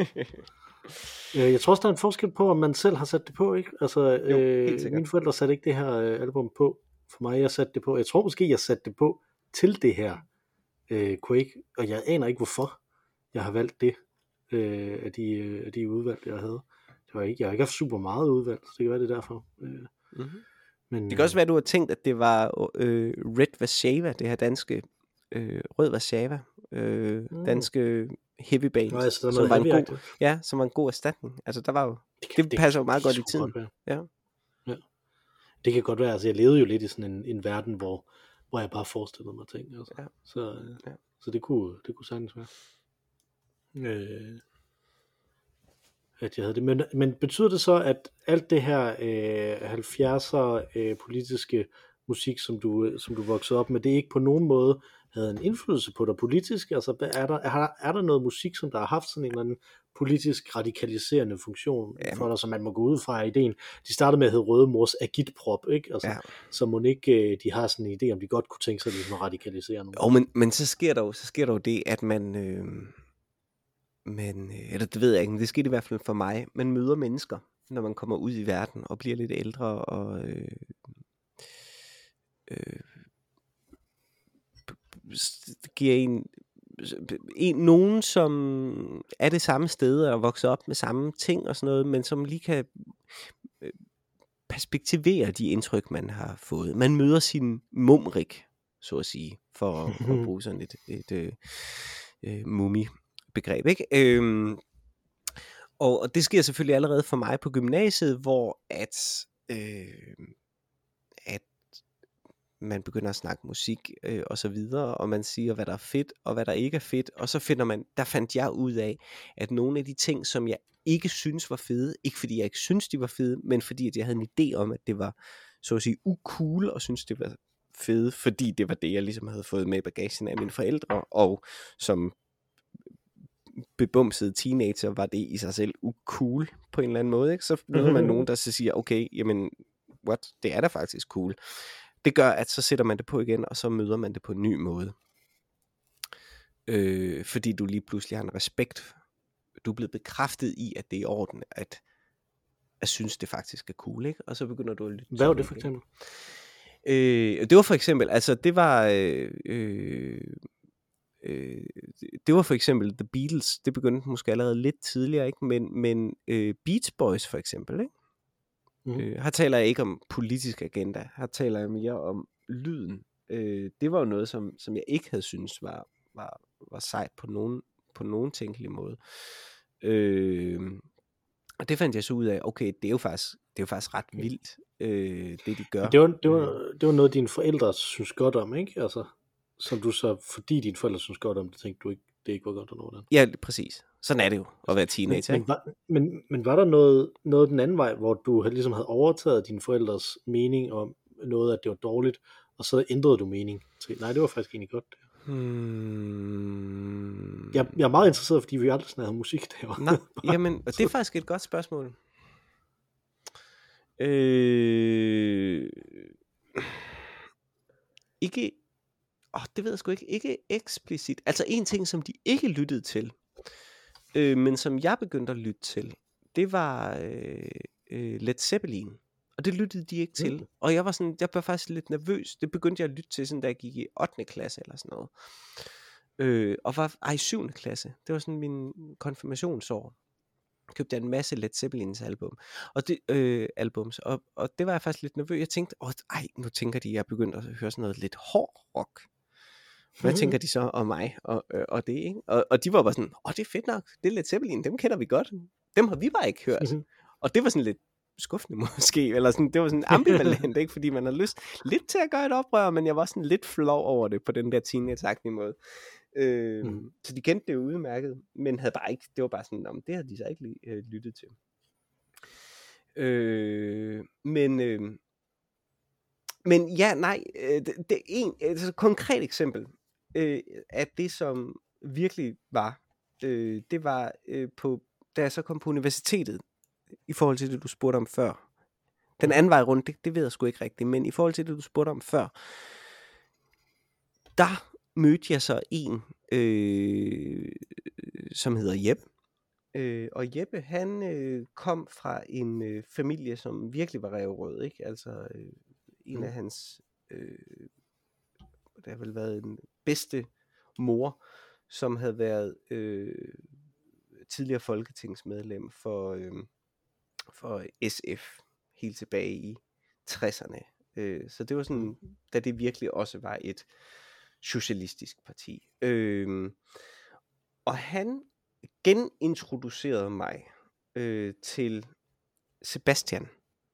Speaker 1: Jeg tror også, der er en forskel på, om man selv har sat det på, ikke? Altså, jo, øh, mine forældre satte ikke det her øh, album på, for mig, jeg satte det på, jeg tror måske, jeg satte det på til det her øh, Quake, og jeg aner ikke, hvorfor jeg har valgt det, øh, af, de, øh, af de udvalg, jeg havde. Det var ikke, jeg har ikke haft super meget udvalg, så det kan være det derfor. Øh, mm-hmm. Men,
Speaker 2: det kan også være, at du har tænkt, at det var øh, Red Warszawa, det her danske øh, Rød Warszawa, øh, mm. danske heavy band,
Speaker 1: Nå, altså,
Speaker 2: som var en god, ja, som var en god erstatning. Altså der var jo, det, det, det passer jo meget godt i tiden. Godt ja.
Speaker 1: Ja. Det kan godt være, altså jeg levede jo lidt i sådan en, en verden, hvor, hvor jeg bare forestillede mig ting. Altså. Ja. Så, ja. så det kunne, det kunne sagtens være. Øh, at jeg havde det. Men, men betyder det så, at alt det her øh, halvfjerdser øh, politiske musik, som du, som du voksede op med, det ikke på nogen måde havde en indflydelse på dig politisk? Altså er der, er, er der noget musik, som der har haft sådan en eller anden politisk radikaliserende funktion ja. For dig, som man må gå ud fra ideen? De startede med at hedde Røde Mors agitprop, ikke? Altså, ja. Så må ikke de har sådan en idé, om de godt kunne tænke sig ligesom at radikalisere nogen.
Speaker 2: Jo, men, men så sker der jo, så sker der jo det, at man... Øh... Men, eller det ved jeg ikke, men det skete i hvert fald for mig. Man møder mennesker, når man kommer ud i verden og bliver lidt ældre og øh, øh, giver en, en nogen, som er det samme sted og vokser op med samme ting og sådan noget, men som lige kan perspektivere de indtryk, man har fået. Man møder sin mumrik, så at sige, for at, at bruge sådan et, et, et øh, mummi begreb, ikke? Øhm, og, og det sker selvfølgelig allerede for mig på gymnasiet, hvor at, øh, at man begynder at snakke musik øh, og så videre, og man siger, hvad der er fedt, og hvad der ikke er fedt, og så finder man, der fandt jeg ud af, at nogle af de ting, som jeg ikke synes var fede, ikke fordi jeg ikke synes, de var fede, men fordi at jeg havde en idé om, at det var, så at sige, ucool, og synes, det var fede, fordi det var det, jeg ligesom havde fået med i bagagen af mine forældre, og som bebumsede teenager, var det i sig selv ucool på en eller anden måde, ikke? Så møder man nogen, der så siger, okay, jamen, what, det er da faktisk cool. Det gør, at så sætter man det på igen, og så møder man det på en ny måde. Øh, fordi du lige pludselig har en respekt. Du er blevet bekræftet i, at det er i orden, at jeg synes, det faktisk er cool, ikke? Og så begynder du at lytte.
Speaker 1: Hvad var det for eksempel?
Speaker 2: Øh, det var for eksempel, altså det var... Øh, øh, Øh, det var for eksempel The Beatles. Det begyndte måske allerede lidt tidligere, ikke? Men, men øh, Beach Boys for eksempel, ikke? Mm. Øh, her taler jeg ikke om politisk agenda. Her taler jeg mere om lyden. Øh, det var jo noget, som, som jeg ikke havde syntes var, var, var sejt på nogen, på nogen tænkelig måde. Øh, og det fandt jeg så ud af, okay, det er jo faktisk, det er jo faktisk ret vildt, øh, det de gør.
Speaker 1: Det var, det, var, det var noget, dine forældre synes godt om, ikke? Altså, som du så, fordi dine forældre synes godt om det, tænkte du ikke, det ikke var godt at nå den.
Speaker 2: Ja, præcis. Sådan er det jo, at være teenager.
Speaker 1: Men, men, var, men, men var der noget, noget den anden vej, hvor du ligesom havde overtaget dine forældres mening om noget, at det var dårligt, og så ændrede du mening til, nej, det var faktisk egentlig godt.
Speaker 2: Hmm.
Speaker 1: Jeg, jeg er meget interesseret, fordi vi aldrig snakkede musik derovre.
Speaker 2: Nej, jamen, det er faktisk et godt spørgsmål. Øh... Ikke... Oh, det ved jeg sgu ikke. Ikke eksplicit. Altså en ting, som de ikke lyttede til, øh, men som jeg begyndte at lytte til, det var øh, øh, Led Zeppelin. Og det lyttede de ikke til. Mm. Og jeg var sådan, jeg blev faktisk lidt nervøs. Det begyndte jeg at lytte til, sådan, da jeg gik i ottende klasse eller sådan noget. Øh, og var ej, syvende klasse. Det var sådan min konfirmationsår. Købte jeg en masse Led Zeppelins album. Og det, øh, albums. Og, og det var jeg faktisk lidt nervøs. Jeg tænkte, åh, ej, nu tænker de, at jeg begyndte at høre sådan noget lidt hård rock. Hvad mm-hmm. tænker de så om mig og, øh, og det, ikke? Og, og de var bare sådan, åh, det er fedt nok, det er Led Zeppelin, dem kender vi godt. Dem har vi bare ikke hørt. Mm-hmm. Og det var sådan lidt skuffende måske, eller sådan, det var sådan ambivalent, ikke? Fordi man har lyst lidt til at gøre et oprør, men jeg var sådan lidt flov over det på den der teenage-agtige måde. Øh, mm. Så de kendte det jo udmærket, men havde bare ikke, det var bare sådan, om det havde de så ikke øh, lyttet til. Øh, men... Øh, Men ja, nej, det, det er en, altså et konkret eksempel øh, af det, som virkelig var, øh, det var øh, på, da jeg så kom på universitetet, i forhold til det, du spurgte om før. Den anden vej rundt, det, det ved jeg sgu ikke rigtigt, men i forhold til det, du spurgte om før, der mødte jeg så en, øh, som hedder Jeppe. Øh, og Jeppe, han øh, kom fra en øh, familie, som virkelig var ræverød, ikke? Altså... Øh, en mm. af hans, øh, der har vel været en bedste mor, som havde været øh, tidligere folketingsmedlem for, øh, for S F, helt tilbage i tresserne. Øh, så det var sådan, da det virkelig også var et socialistisk parti. Øh, og han genintroducerede mig øh, til Sebastian.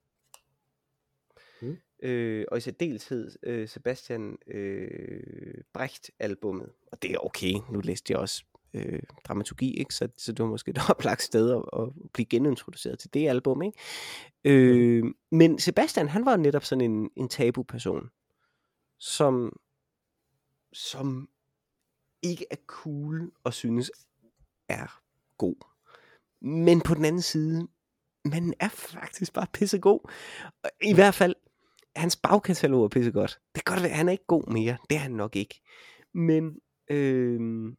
Speaker 2: Mm. Øh, og i særdeleshed øh, Sebastian øh, Brecht-albummet. Og det er okay, nu læste jeg også øh, dramaturgi, ikke? Så, så det var måske et oplagt sted at, at blive genintroduceret til det album, ikke? Øh, mm. Men Sebastian, han var netop sådan en, en tabu-person, som, som ikke er cool og synes er god. Men på den anden side, man er faktisk bare pissegod. I hvert fald, hans bagkatalog er pissegodt. Det kan godt være, at han er ikke god mere. Det er han nok ikke. Men, øh,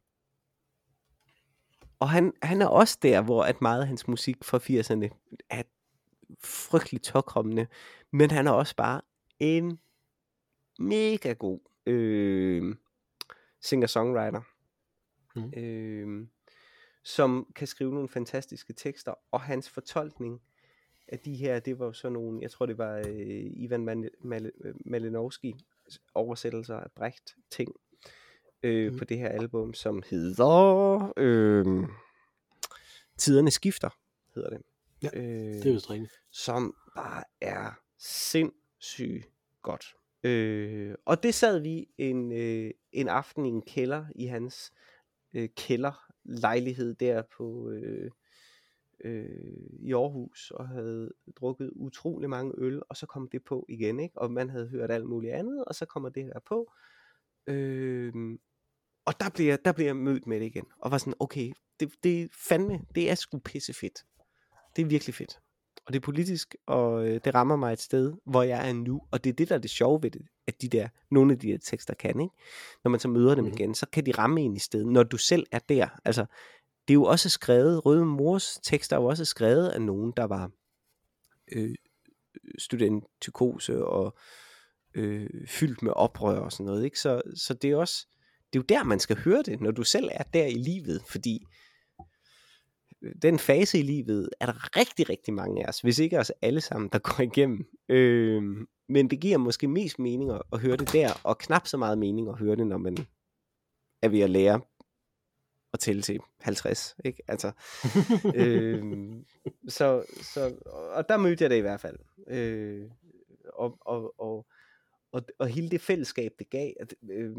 Speaker 2: og han, han er også der, hvor at meget af hans musik fra firserne er frygteligt tåkommende. Men han er også bare en mega god øh, singer-songwriter. Mm. Øh, som kan skrive nogle fantastiske tekster, og hans fortolkning af de her, det var jo sådan nogle, jeg tror det var øh, Ivan Mal- Mal- Malinowski oversættelser af Brecht ting øh, mm. på det her album, som hedder øh, Tiderne skifter, hedder det.
Speaker 1: Ja, øh, det er vist rigtigt.
Speaker 2: Som bare er sindssygt godt. Øh, og det sad vi en, øh, en aften i en kælder i hans øh, kælderlejlighed der på øh, øh, i Aarhus, og havde drukket utrolig mange øl, og så kom det på igen, ikke? Og man havde hørt alt muligt andet, og så kommer det her på. Øh, og der bliver, der bliver jeg mødt med det igen, og var sådan, okay, det, det er fandme, det er sgu pissefedt. Det er virkelig fedt. Og det er politisk, og øh, det rammer mig et sted, hvor jeg er nu. Og det er det, der er det sjove ved det, at de der, nogle af de her tekster kan, ikke? Når man så møder dem mm-hmm. igen, så kan de ramme en i stedet, når du selv er der. Altså, det er jo også skrevet, Røde Mors tekster er jo også skrevet af nogen, der var øh, studentikose og øh, fyldt med oprør og sådan noget, ikke? Så, så det er også, det er jo der, man skal høre det, når du selv er der i livet, fordi den fase i livet er der rigtig, rigtig mange af os, hvis ikke os alle sammen, der går igennem. Øh, men det giver måske mest mening at, at høre det der, og knap så meget mening at høre det, når man er ved at lære at tælle til halvtreds, ikke? Altså, øh, så, så, og der mødte jeg det i hvert fald. Øh, og, og, og, og, og hele det fællesskab, det gav, at, øh,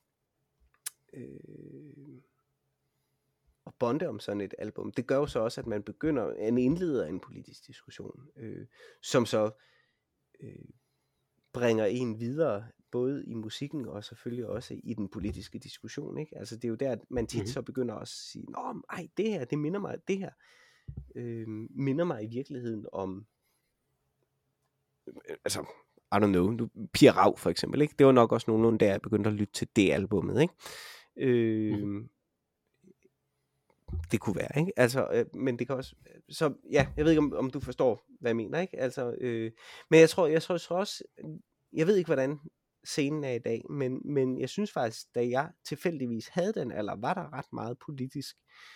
Speaker 2: øh, at bonde om sådan et album, det gør jo så også, at man begynder, en indleder en politisk diskussion, øh, som så øh, bringer en videre, både i musikken og selvfølgelig også i den politiske diskussion, ikke? Altså det er jo der, at man tit mm-hmm. så begynder også at sige, nå, ej, det her, det minder mig, det her øh, minder mig i virkeligheden om, øh, altså, I don't know, nu, Pia Rav for eksempel, ikke? Det var nok også nogenlunde der, jeg begyndte at lytte til det albummet, ikke? Øh, mm. Det kunne være, ikke? Altså, øh, men det kan også, så ja, jeg ved ikke, om, om du forstår, hvad jeg mener, ikke? Altså, øh, men jeg tror, jeg tror, jeg tror også, jeg ved ikke, hvordan scenen er i dag, men, men jeg synes faktisk, da jeg tilfældigvis havde den alder, var der ret meget politisk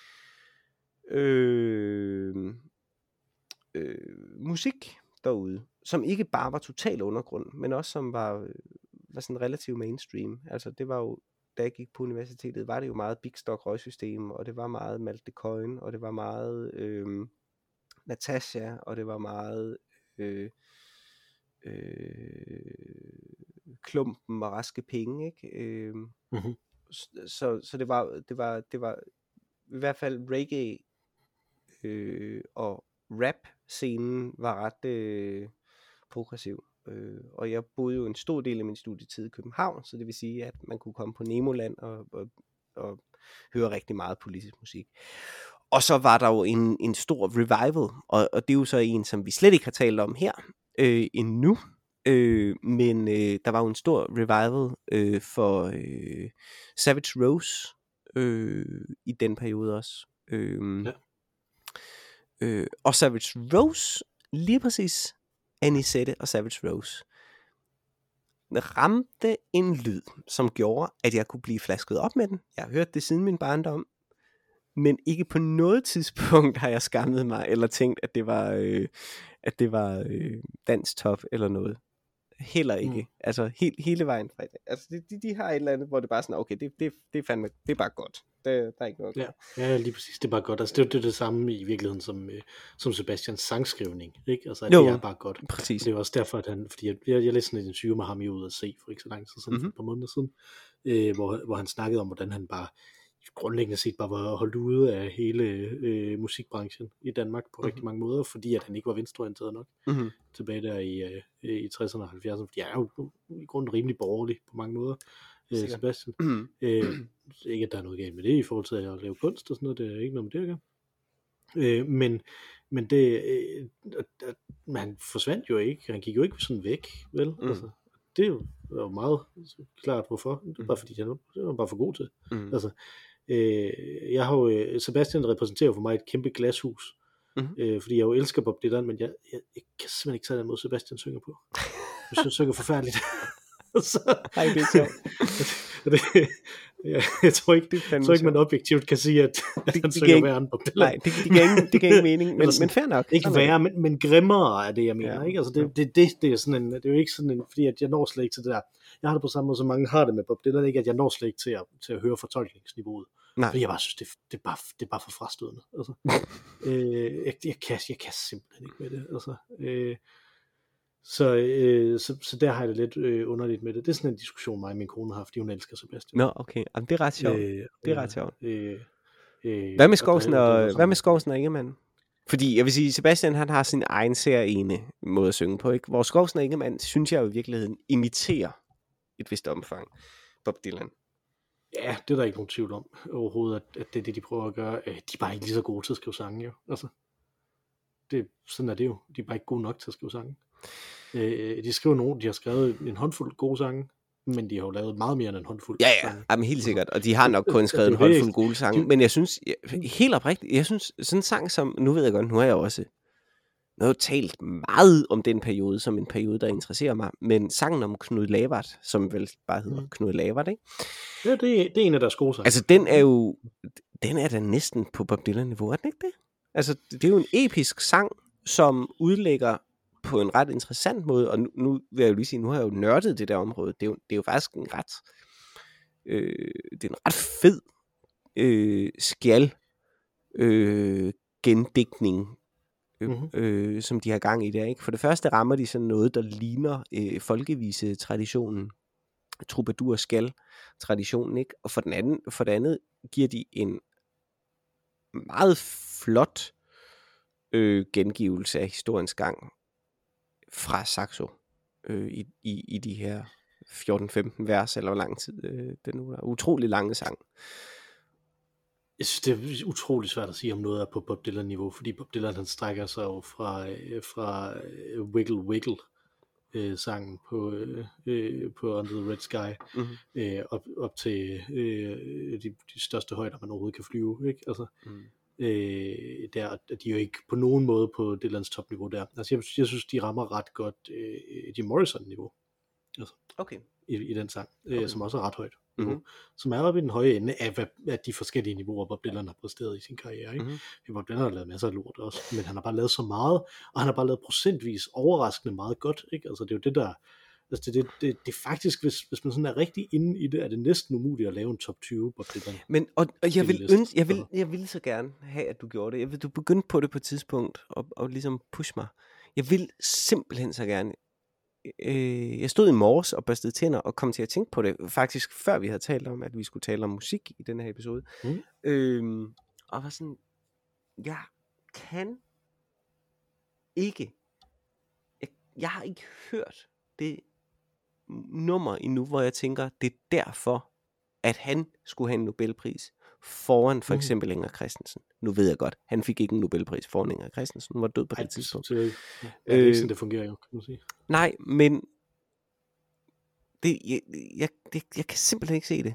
Speaker 2: øh, øh, musik derude, som ikke bare var total undergrund, men også som var, var sådan relativt mainstream. Altså det var jo, da jeg gik på universitetet, var det jo meget Big Stock Røgsystem, og det var meget Malte Coyne, og det var meget øh, Natasha, og det var meget øh, øh, Klumpen og Raske Penge, ikke? Øh, mm-hmm. så, så det var, det var, det var i hvert fald reggae øh, og rap scenen var ret øh, progressiv. Øh, og jeg boede jo en stor del af min studietid i København, så det vil sige, at man kunne komme på Nemoland og, og, og høre rigtig meget politisk musik. Og så var der jo en, en stor revival, og, og det er jo så en, som vi slet ikke har talt om her øh, endnu, øh, men øh, der var jo en stor revival øh, for øh, Savage Rose øh, i den periode også. Øh, ja. øh, og Savage Rose, lige præcis Anisette og Savage Rose, ramte en lyd, som gjorde, at jeg kunne blive flasket op med den. Jeg har hørt det siden min barndom, men ikke på noget tidspunkt har jeg skammet mig, eller tænkt, at det var, øh, at det var øh, dansk top, eller noget. Heller ikke. Mm. Altså, he, hele vejen fra det. Altså, de, de, de har et eller andet, hvor det bare sådan, okay, det, det, det er fandme, det er bare godt. Det, der er ikke noget.
Speaker 1: Ja, ja, lige præcis. Det er bare godt. Altså, det er det, det samme i virkeligheden, som, øh, som Sebastians sangskrivning, ikke? Altså, at jo, det er bare godt.
Speaker 2: Præcis.
Speaker 1: Og det er også derfor, at han, fordi jeg, jeg, jeg læste sådan et interview med ham i Ud at Se, for ikke så lang tid siden, mm-hmm. for et par måneder siden, øh, hvor, hvor han snakkede om, hvordan han bare grundlæggende set bare var holdt ude af hele øh, musikbranchen i Danmark på mm-hmm. rigtig mange måder, fordi at han ikke var venstreorienteret nok mm-hmm. tilbage der i, øh, i tresserne og halvfjerdserne, fordi jeg er jo i grunden rimelig borgerlig på mange måder, øh, Sebastian. Mm-hmm. Øh, ikke at der er noget galt med det i forhold til at lave kunst og sådan noget, det er ikke noget med det at gøre. Øh, men, men det, øh, at, man forsvandt jo ikke, han gik jo ikke sådan væk, vel? Mm. Altså, det er jo, det er jo meget klart hvorfor, det er bare fordi, han det var bare for god til. Mm. Altså, øh, jeg har jo, Sebastian repræsenterer for mig et kæmpe glashus, mm. øh, fordi jeg jo elsker Bob Dylan, men jeg, jeg, jeg kan simpelthen ikke tage den måde, Sebastian synger på. Jeg synes, han synger forfærdeligt. Så,
Speaker 2: Ej, det er sjovt.
Speaker 1: det, jeg, jeg tror ikke, det jeg tror ikke man objektivt kan sige, at, at
Speaker 2: det,
Speaker 1: han synger værre end Bob Dylan.
Speaker 2: Nej, det, det, giver ingen, det giver ingen mening, men, men fair nok.
Speaker 1: Ikke værre, men, men grimmere er det, jeg mener. Ja. Ikke? Altså, det, det, det, det, er sådan en, det er jo ikke sådan en, fordi at jeg når slet ikke til det der. Jeg har det på samme måde, som mange har det med Bob Dylan, ikke at jeg når slet ikke til at, til at høre fortolkningsniveauet. Nej. Fordi jeg bare synes, det, det, er, bare, det er bare for frastødende. Altså, øh, jeg, jeg, kan, jeg kan simpelthen ikke med det. Altså, øh, Så, øh, så, så der har jeg det lidt øh, underligt med det. Det er sådan en diskussion, mig og min kone har haft, fordi hun elsker Sebastian.
Speaker 2: Nå, okay. Jamen, det er ret sjovt.
Speaker 1: Øh,
Speaker 2: Det er ret sjovt.
Speaker 1: Øh, øh,
Speaker 2: Hvad med
Speaker 1: og der-
Speaker 2: Skovsen
Speaker 1: og det var
Speaker 2: og,
Speaker 1: sådan-
Speaker 2: hvad med Skovsen og Ingemann? Fordi jeg vil sige, Sebastian han har sin egen særlige måde at synge på, ikke? Hvor Skovsen og Ingemann, synes jeg jo i virkeligheden, imiterer et vist omfang Bob Dylan.
Speaker 1: Ja, det er der ikke nogen tvivl om overhovedet, at, at det er det, de prøver at gøre. Øh, De er bare ikke lige så gode til at skrive sange, jo. Altså, det, sådan er det jo. De er bare ikke gode nok til at skrive sange. Øh, de skriver nogen, de har skrevet en håndfuld gode sange, men de har jo lavet meget mere end en håndfuld
Speaker 2: Ja, ja,
Speaker 1: sange.
Speaker 2: jamen, helt sikkert. Og de har nok kun
Speaker 1: Det-
Speaker 2: skrevet en
Speaker 1: det er jo det,
Speaker 2: håndfuld gode sange.
Speaker 1: de-
Speaker 2: Men jeg synes, jeg, helt oprigtigt, jeg synes, sådan en sang som, nu ved jeg godt, nu har jeg også, nu har jeg jo talt meget om den periode, som en periode, der interesserer mig, men sangen om Knud Lavard, som vel bare hedder
Speaker 1: Mm.
Speaker 2: Knud Lavard, ikke?
Speaker 1: Ja, det, er- det er en af deres gode sange.
Speaker 2: Altså, den er jo, den er da næsten på Bob Dylan-niveau, er den ikke det? Altså, det er jo en episk sang, som udlægger på en ret interessant måde, og nu, nu vil jeg jo lige sige, nu har jeg jo nørdet det der område, det er jo, det er jo faktisk en ret, øh, det er en ret fed øh, skjal øh, gendækning, øh,
Speaker 1: Mhm.
Speaker 2: øh, som de har gang i der, ikke? For det første rammer de sådan noget, der ligner øh, folkevise-traditionen, troubadour skal traditionen, ikke? Og for den anden, for det andet giver de en meget flot øh, gengivelse af historiens gang fra Saxo øh, i, i, i de her fjorten femten vers, eller hvor lang tid øh, det nu er. Utrolig lange sang.
Speaker 1: Jeg synes, det er utroligt svært at sige, om noget er på Bob Dylan-niveau, fordi Bob Dylan, han strækker sig jo fra, øh, fra øh, Wiggle Wiggle øh, sangen på, øh, øh, på Under the Red Sky,
Speaker 2: Mm-hmm.
Speaker 1: øh, op, op til øh, de, de største højder, man overhovedet kan flyve, ikke? Altså,
Speaker 2: Mm.
Speaker 1: øh, der, og de er jo ikke på nogen måde på Dylans topniveau der. Altså, jeg, jeg synes, de rammer ret godt øh, Jim Morrison-niveau, altså,
Speaker 2: Okay.
Speaker 1: i, i den sang, øh,
Speaker 2: Okay.
Speaker 1: som også er ret højt.
Speaker 2: Mhm.
Speaker 1: Mm-hmm. Som er oppe i den høje ende af, hvad, af de forskellige niveauer, Bob Dylan har præsteret i sin karriere. Ikke?
Speaker 2: Mhm.
Speaker 1: Mm-hmm. Bob Dylan har lavet masser af lort også, men han har bare lavet så meget, og han har bare lavet procentvis overraskende meget godt. Ikke? Altså, det er jo det, der... Altså, det, det, det, det er faktisk, hvis, hvis man sådan er rigtig inde i det, er det næsten umuligt at lave en top tyve Bob Dylan.
Speaker 2: Men, og, og jeg, vil
Speaker 1: Liste.
Speaker 2: ønske, jeg, vil, jeg vil så gerne have, at du gjorde det. Jeg vil, du begyndte på det på et tidspunkt, og, og ligesom push mig. Jeg vil simpelthen så gerne. Øh, jeg stod i morges og børstede tænder, og kom til at tænke på det, faktisk før vi havde talt om, at vi skulle tale om musik i den her episode.
Speaker 1: Mm.
Speaker 2: Øh, og var sådan, jeg kan ikke, jeg, jeg har ikke hørt det nummer endnu, hvor jeg tænker, det er derfor, at han skulle have en Nobelpris foran for
Speaker 1: Mhm.
Speaker 2: eksempel Inger Christensen. Nu ved jeg godt, han fik ikke en Nobelpris foran Inger Christensen, hun var død på
Speaker 1: Ej,
Speaker 2: det tidspunkt.
Speaker 1: Så, ja, det er
Speaker 2: Øh,
Speaker 1: ikke sådan, det fungerer jo, kan man sige.
Speaker 2: Nej, men det, jeg, jeg, det, jeg kan simpelthen ikke se det.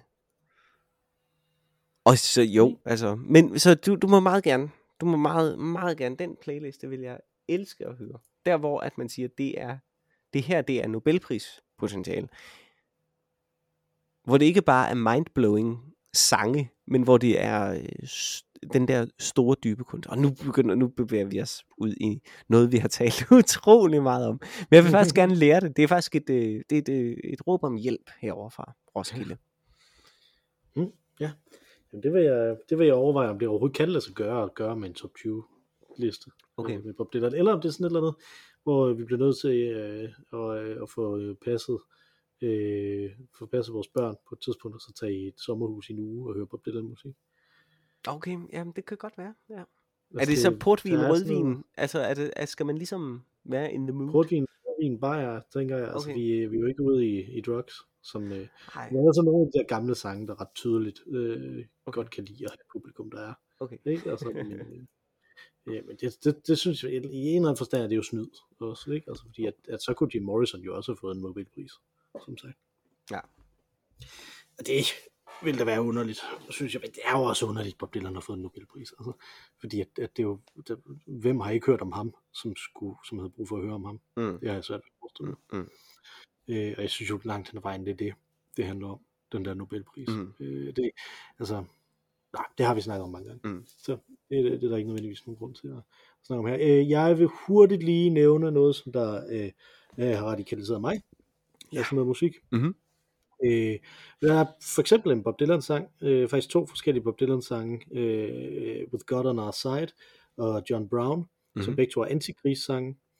Speaker 2: Og så jo,
Speaker 1: Nej.
Speaker 2: altså, men så du, du må meget gerne, du må meget, meget gerne, den playliste vil jeg elske at høre. Der hvor at man siger, det er, det her det er Nobelprispotentiale. Hvor det ikke bare er mindblowing sange, men hvor det er øh, s- den der store dybe kunst. Og nu begynder, nu bevæger vi os ud i noget, vi har talt utrolig meget om. Men jeg vil faktisk gerne lære det. Det er faktisk et, øh, det er et, øh, et råb om hjælp herovre fra Roskilde.
Speaker 1: Mm, ja, Jamen, det, vil jeg, det vil jeg overveje, om det overhovedet kan lade sig gøre at gøre med en top tyve liste.
Speaker 2: Okay.
Speaker 1: øh, Med Bob Dylan. Eller om det er sådan et eller andet, hvor vi bliver nødt til øh, at, øh, at få øh, passet øh, få passet vores børn på et tidspunkt, og så tage i et sommerhus i en uge og høre Bob Dylan musik.
Speaker 2: Okay, jamen det kan godt være. Ja.
Speaker 1: Altså,
Speaker 2: Er det så portvin,
Speaker 1: der er sådan
Speaker 2: rødvin?
Speaker 1: noget-
Speaker 2: Altså er det, er, skal man ligesom være in the mood?
Speaker 1: Portvin, rødvin, bajer, tænker jeg. Altså,
Speaker 2: Okay.
Speaker 1: vi, vi er jo ikke ude i, i drugs, som øh,
Speaker 2: Nej.
Speaker 1: der er så nogle af de der gamle sange, der ret tydeligt øh,
Speaker 2: Okay.
Speaker 1: okay. godt kan lide at have et publikum, der er.
Speaker 2: Okay.
Speaker 1: Ikke? Altså, men, øh, ja, men det, det, det synes jeg, i en eller anden forstand er det jo snyd også, ikke? Altså, fordi at, at så kunne Jim Morrison jo også have fået en Nobelpris, som sagt.
Speaker 2: Ja.
Speaker 1: Og det ville da være underligt, synes jeg, men det er jo også underligt, Bob Dylan har fået en Nobelpris, altså, fordi at, at det er jo, det, hvem har ikke hørt om ham, som, skulle, som havde brug for at høre om ham?
Speaker 2: Mm.
Speaker 1: Det har jeg svært ved at forestille mig.
Speaker 2: Mm.
Speaker 1: Øh, og jeg synes jo langt hen ad vejen, det er det, det handler om, den der Nobelpris.
Speaker 2: Mm.
Speaker 1: Øh, det, altså, nej, det har vi snakket om mange gange.
Speaker 2: Mm.
Speaker 1: Så det, det, det er der ikke nødvendigvis nogen grund til at snakke om her. Øh, jeg vil hurtigt lige nævne noget, som der øh, øh, har radikaliseret mig. Ja. Altså noget musik.
Speaker 2: Mhm.
Speaker 1: Øh, der er for eksempel en Bob Dylan sang, øh, faktisk to forskellige Bob Dylan sange, øh, With God on Our Side og John Brown, mm-hmm. som
Speaker 2: Mhm.
Speaker 1: begge to er antikrigssange.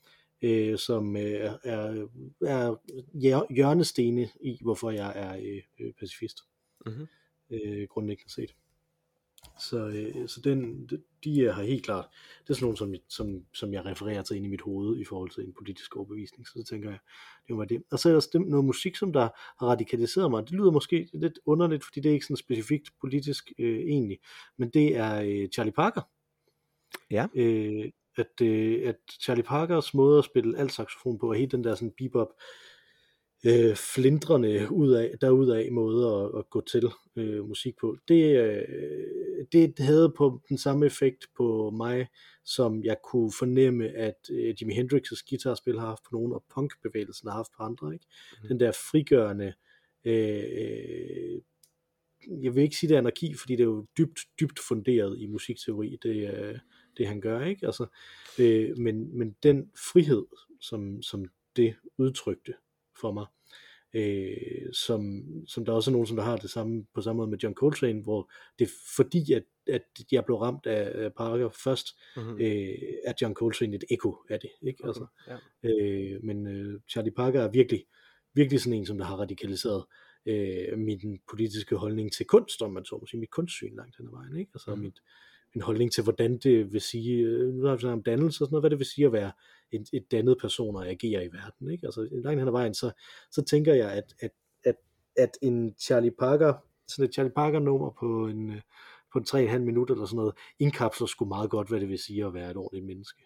Speaker 1: øh, som øh, er, er, er hjør- hjørnestene i, hvorfor jeg er øh, pacifist,
Speaker 2: Mm-hmm.
Speaker 1: øh, grundlæggende set. Så, øh, så den, de har helt klart, det er sådan nogle, som, som, som jeg refererer til ind i mit hoved i forhold til en politisk overbevisning, så det tænker jeg, det var det. Og så er der også noget musik, som der har radikaliseret mig. Det lyder måske lidt underligt, fordi det er ikke sådan specifikt politisk øh, egentlig, men det er øh, Charlie Parker.
Speaker 2: Ja.
Speaker 1: Øh, at, øh, at Charlie Parkers måde at spille alt saxofon på, og helt den der sådan bebop, øh, flindrende ud af, derudaf måde at, at gå til øh, musik på, det, øh, det havde på den samme effekt på mig, som jeg kunne fornemme, at øh, Jimi Hendrix' guitarspil har haft på nogen, og punkbevægelsen har haft på andre, ikke? Mm. Den der frigørende, øh, jeg vil ikke sige det er anarki, fordi det er jo dybt, dybt funderet i musikteori, det, øh, det han gør, ikke? Altså, øh, men, men den frihed, som, som det udtrykte for mig, øh, som, som der også er nogen, som der har det samme på samme måde med John Coltrane, hvor det er fordi, at, at jeg blev ramt af Parker først, mm-hmm. øh, er John Coltrane et ekko af det, ikke? Okay, altså, ja. øh, men øh, Charlie Parker er virkelig, virkelig sådan en, som der har radikaliseret øh, min politiske holdning til kunst, om man så må sige, mit kunstsyn langt hen ad vejen, ikke? Altså mm. mit, min holdning til, hvordan det vil sige, øh, nu har vi snakket om dannelse og sådan noget, hvad det vil sige at være et, et dannet person og agere i verden, ikke? Altså langt hen ad vejen, så, så tænker jeg, at, at, at, at en Charlie Parker, sådan et Charlie Parker nummer på en, på en tre og en halv minut eller sådan noget, indkapsler sgu meget godt, hvad det vil sige at være et ordentligt menneske.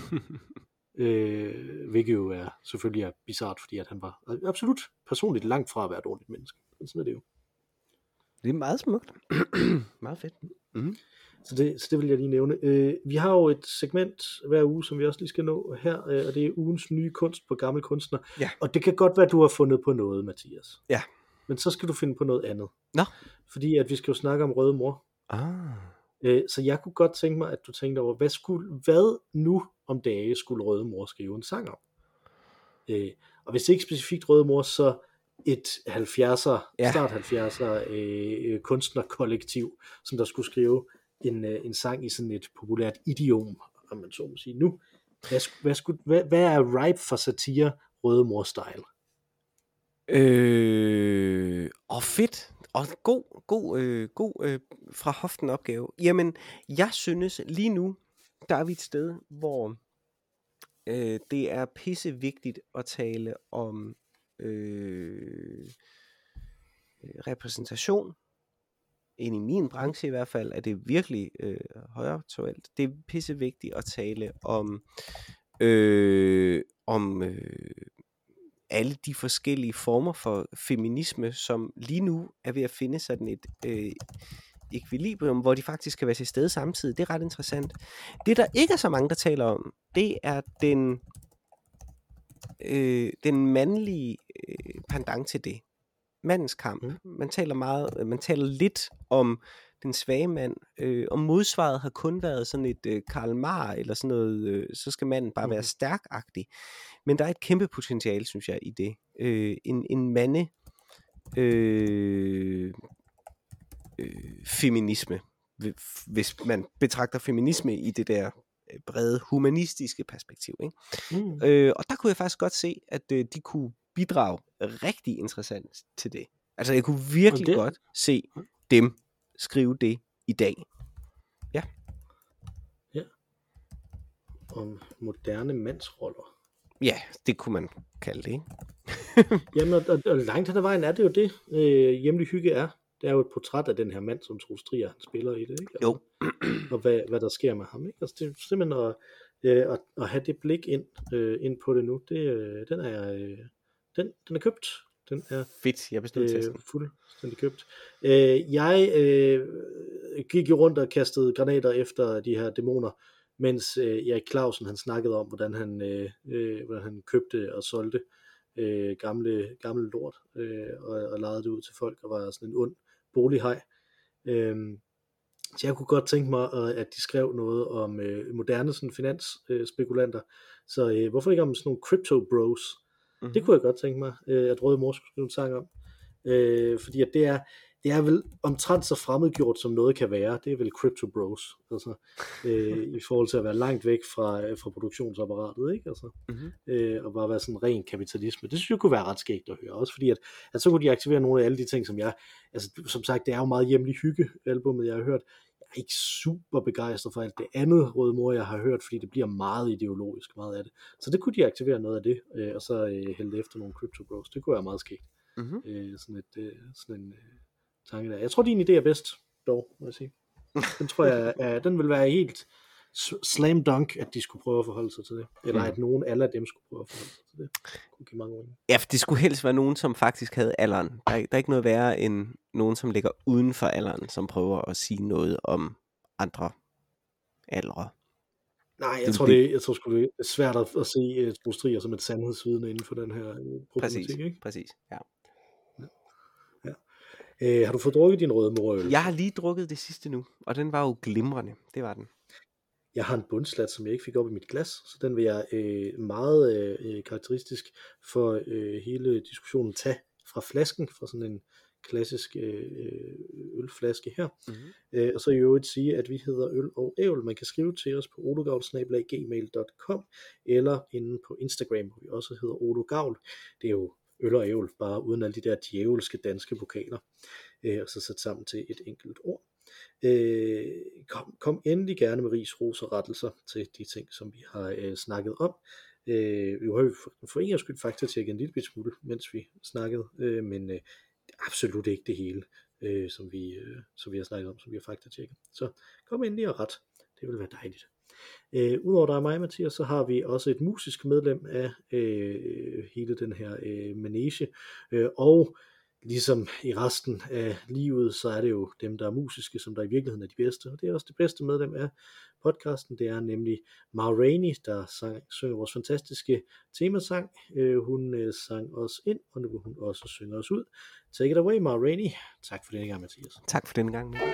Speaker 1: øh, hvilket jo er, selvfølgelig er bizarrt, fordi at han var absolut personligt langt fra at være et ordentligt menneske. Sådan er det jo.
Speaker 2: Det er meget smukt. Meget fedt. Mm.
Speaker 1: Så det, så det vil jeg lige nævne. Øh, vi har jo et segment hver uge, som vi også lige skal nå her, øh, og det er ugens nye kunst på gammel kunstner.
Speaker 2: Ja.
Speaker 1: Og det kan godt være, at du har fundet på noget, Mathias.
Speaker 2: Ja.
Speaker 1: Men så skal du finde på noget andet.
Speaker 2: Nå.
Speaker 1: Fordi at vi skal jo snakke om Røde Mor.
Speaker 2: Ah.
Speaker 1: Øh, så jeg kunne godt tænke mig, at du tænkte over, hvad, skulle, hvad nu om dage skulle Røde Mor skrive en sang om? Øh, og hvis det ikke specifikt Røde Mor, så et halvfjerdser,
Speaker 2: ja.
Speaker 1: start halvfjerdser øh, kunstnerkollektiv, som der skulle skrive en, øh, en sang i sådan et populært idiom, om man så må sige. Nu, hvad, hvad, skulle, hvad, hvad er ripe for satire Røde Mor-style?
Speaker 2: Øh, og fedt, og god, god, øh, god øh, fra hoften opgave. Jamen, jeg synes lige nu, der er vi et sted, hvor øh, det er pisse vigtigt at tale om øh, repræsentation. Ind i min branche i hvert fald, er det virkelig øh, højaktuelt. Det er pisse vigtigt at tale om øh, om øh, alle de forskellige former for feminisme, som lige nu er ved at finde sådan et øh, ekvilibrium, hvor de faktisk kan være til stede samtidig. Det er ret interessant. Det, der ikke er så mange, der taler om, det er den øh, den mandlige øh, pendant til det. Mandens kamp. Mm. Man taler meget, man taler lidt om den svage mand, øh, og modsvaret har kun været sådan et øh, Karl Marx eller sådan noget, øh, så skal manden bare mm. være stærkagtig. Men der er et kæmpe potentiale, synes jeg, i det. Øh, en, en mande øh, øh, feminisme, hvis man betragter feminisme i det der brede humanistiske perspektiv, ikke? Mm. Øh, og der kunne jeg faktisk godt se, at øh, de kunne bidrage rigtig interessant til det. Altså jeg kunne virkelig det... godt se dem skrive det i dag. Ja.
Speaker 1: Ja. Om moderne mandsroller.
Speaker 2: Ja, det kunne man kalde det, ikke?
Speaker 1: Jamen, og, og, og langt hen ad vejen er det jo det, øh, hjemlig hygge er. Det er jo et portræt af den her mand, som Troels Trier, han spiller i det, ikke?
Speaker 2: Jo.
Speaker 1: Og hvad, hvad der sker med ham, ikke? Altså det er simpelthen at, øh, at, at have det blik ind, øh, ind på det nu, det, øh, den er øh, den, den er købt. Den er
Speaker 2: fedt, jeg bestilte
Speaker 1: øh, fuldstændig købt. Øh, jeg øh, gik jo rundt og kastede granater efter de her dæmoner, mens øh, Erik Clausen, han snakkede om, hvordan han, øh, øh, hvordan han købte og solgte øh, gamle, gamle lort, øh, og, og lejede det ud til folk, og var sådan en ond bolighaj. Øh, så jeg kunne godt tænke mig, at de skrev noget om øh, moderne sådan, finansspekulanter, øh, så øh, hvorfor ikke om sådan nogle crypto bros? Mm-hmm. Det kunne jeg godt tænke mig, øh, at Røde Mor skulle skrive en sang om, øh, fordi at det er, det er vel omtrent så fremmedgjort, som noget kan være. Det er vel Crypto Bros, altså, øh, i forhold til at være langt væk fra, fra produktionsapparatet, ikke? Altså, mm-hmm. øh, og bare være sådan ren kapitalisme. Det synes jeg kunne være ret skægt at høre, også fordi, at, at så kunne de aktivere nogle af alle de ting, som jeg, altså som sagt, det er jo meget hjemlig hygge, albumet, jeg har hørt. Jeg er ikke super begejstret for alt det andet Røde Mor, jeg har hørt, fordi det bliver meget ideologisk, meget af det. Så det kunne de aktivere noget af det, øh, og så øh, hælde efter nogle Crypto Bros. Det kunne være meget skægt. Mm-hmm. Øh, sådan, et, øh, sådan en øh, tanke der. Jeg tror, din idé er bedst, dog, må jeg sige. Den tror jeg, øh, den vil være helt slam dunk, at de skulle prøve at forholde sig til det. Eller mm. at nogen alle af dem skulle prøve at forholde sig til det. Det kunne give mange ringe.
Speaker 2: Ja, for det skulle helst være nogen, som faktisk havde alderen. Der er, der er ikke noget værre end nogen, som ligger uden for alderen, som prøver at sige noget om andre aldre.
Speaker 1: Nej, jeg det tror, det, jeg tror sgu, det er svært at, at se uh, Trostrier som et sandhedsvidne inden for den her uh, problematik.
Speaker 2: Præcis,
Speaker 1: ikke?
Speaker 2: præcis, ja.
Speaker 1: ja. ja. Uh, har du fået drukket din Røde Morøl?
Speaker 2: Jeg har lige drukket det sidste nu, og den var jo glimrende. Det var den.
Speaker 1: Jeg har en bundslat, som jeg ikke fik op i mit glas, så den vil jeg øh, meget øh, karakteristisk for øh, hele diskussionen tage fra flasken, fra sådan en klassisk øh, ølflaske her. Mm-hmm. Øh, og så i øvrigt sige, at vi hedder Øl og Ævl. Man kan skrive til os på odogavl snabel-a gmail punktum com eller inde på Instagram, hvor vi også hedder odogavl. Det er jo Øl og Ævl, bare uden alle de der djævelske danske vokaler, øh, og så sat sammen til et enkelt ord. Øh, kom, kom endelig gerne med ris, ros og rettelser til de ting, som vi har øh, snakket om. Øh, vi har jo for, for en gang skyld faktatjekket en lille smule, mens vi snakkede, øh, men øh, det er absolut ikke det hele, øh, som, vi, øh, som vi har snakket om, som vi har faktatjekket. Så kom endelig og ret. Det vil være dejligt. Øh, Udover dig og mig, Mathias, så har vi også et musisk medlem af øh, hele den her øh, manege, øh, og ligesom i resten af livet, så er det jo dem, der er musiske, som der i virkeligheden er de bedste. Og det er også det bedste medlem af podcasten. Det er nemlig Ma Rainey, der sang, synger vores fantastiske temasang. Øh, hun øh, sang os ind, og nu vil hun også synge os ud. Take it away, Ma Rainey. Tak for denne gang, Mathias.
Speaker 2: Tak for denne gang.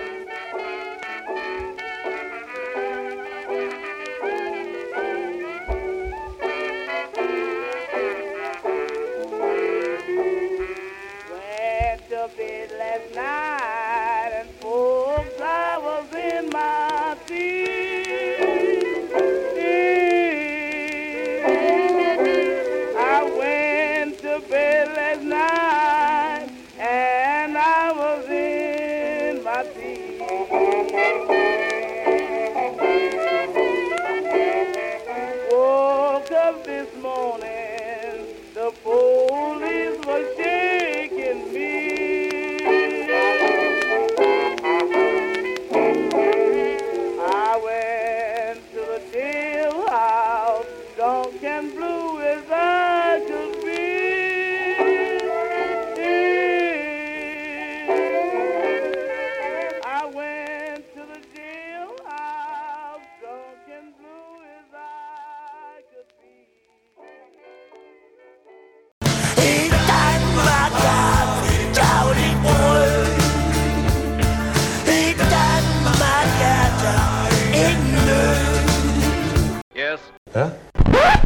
Speaker 3: Huh?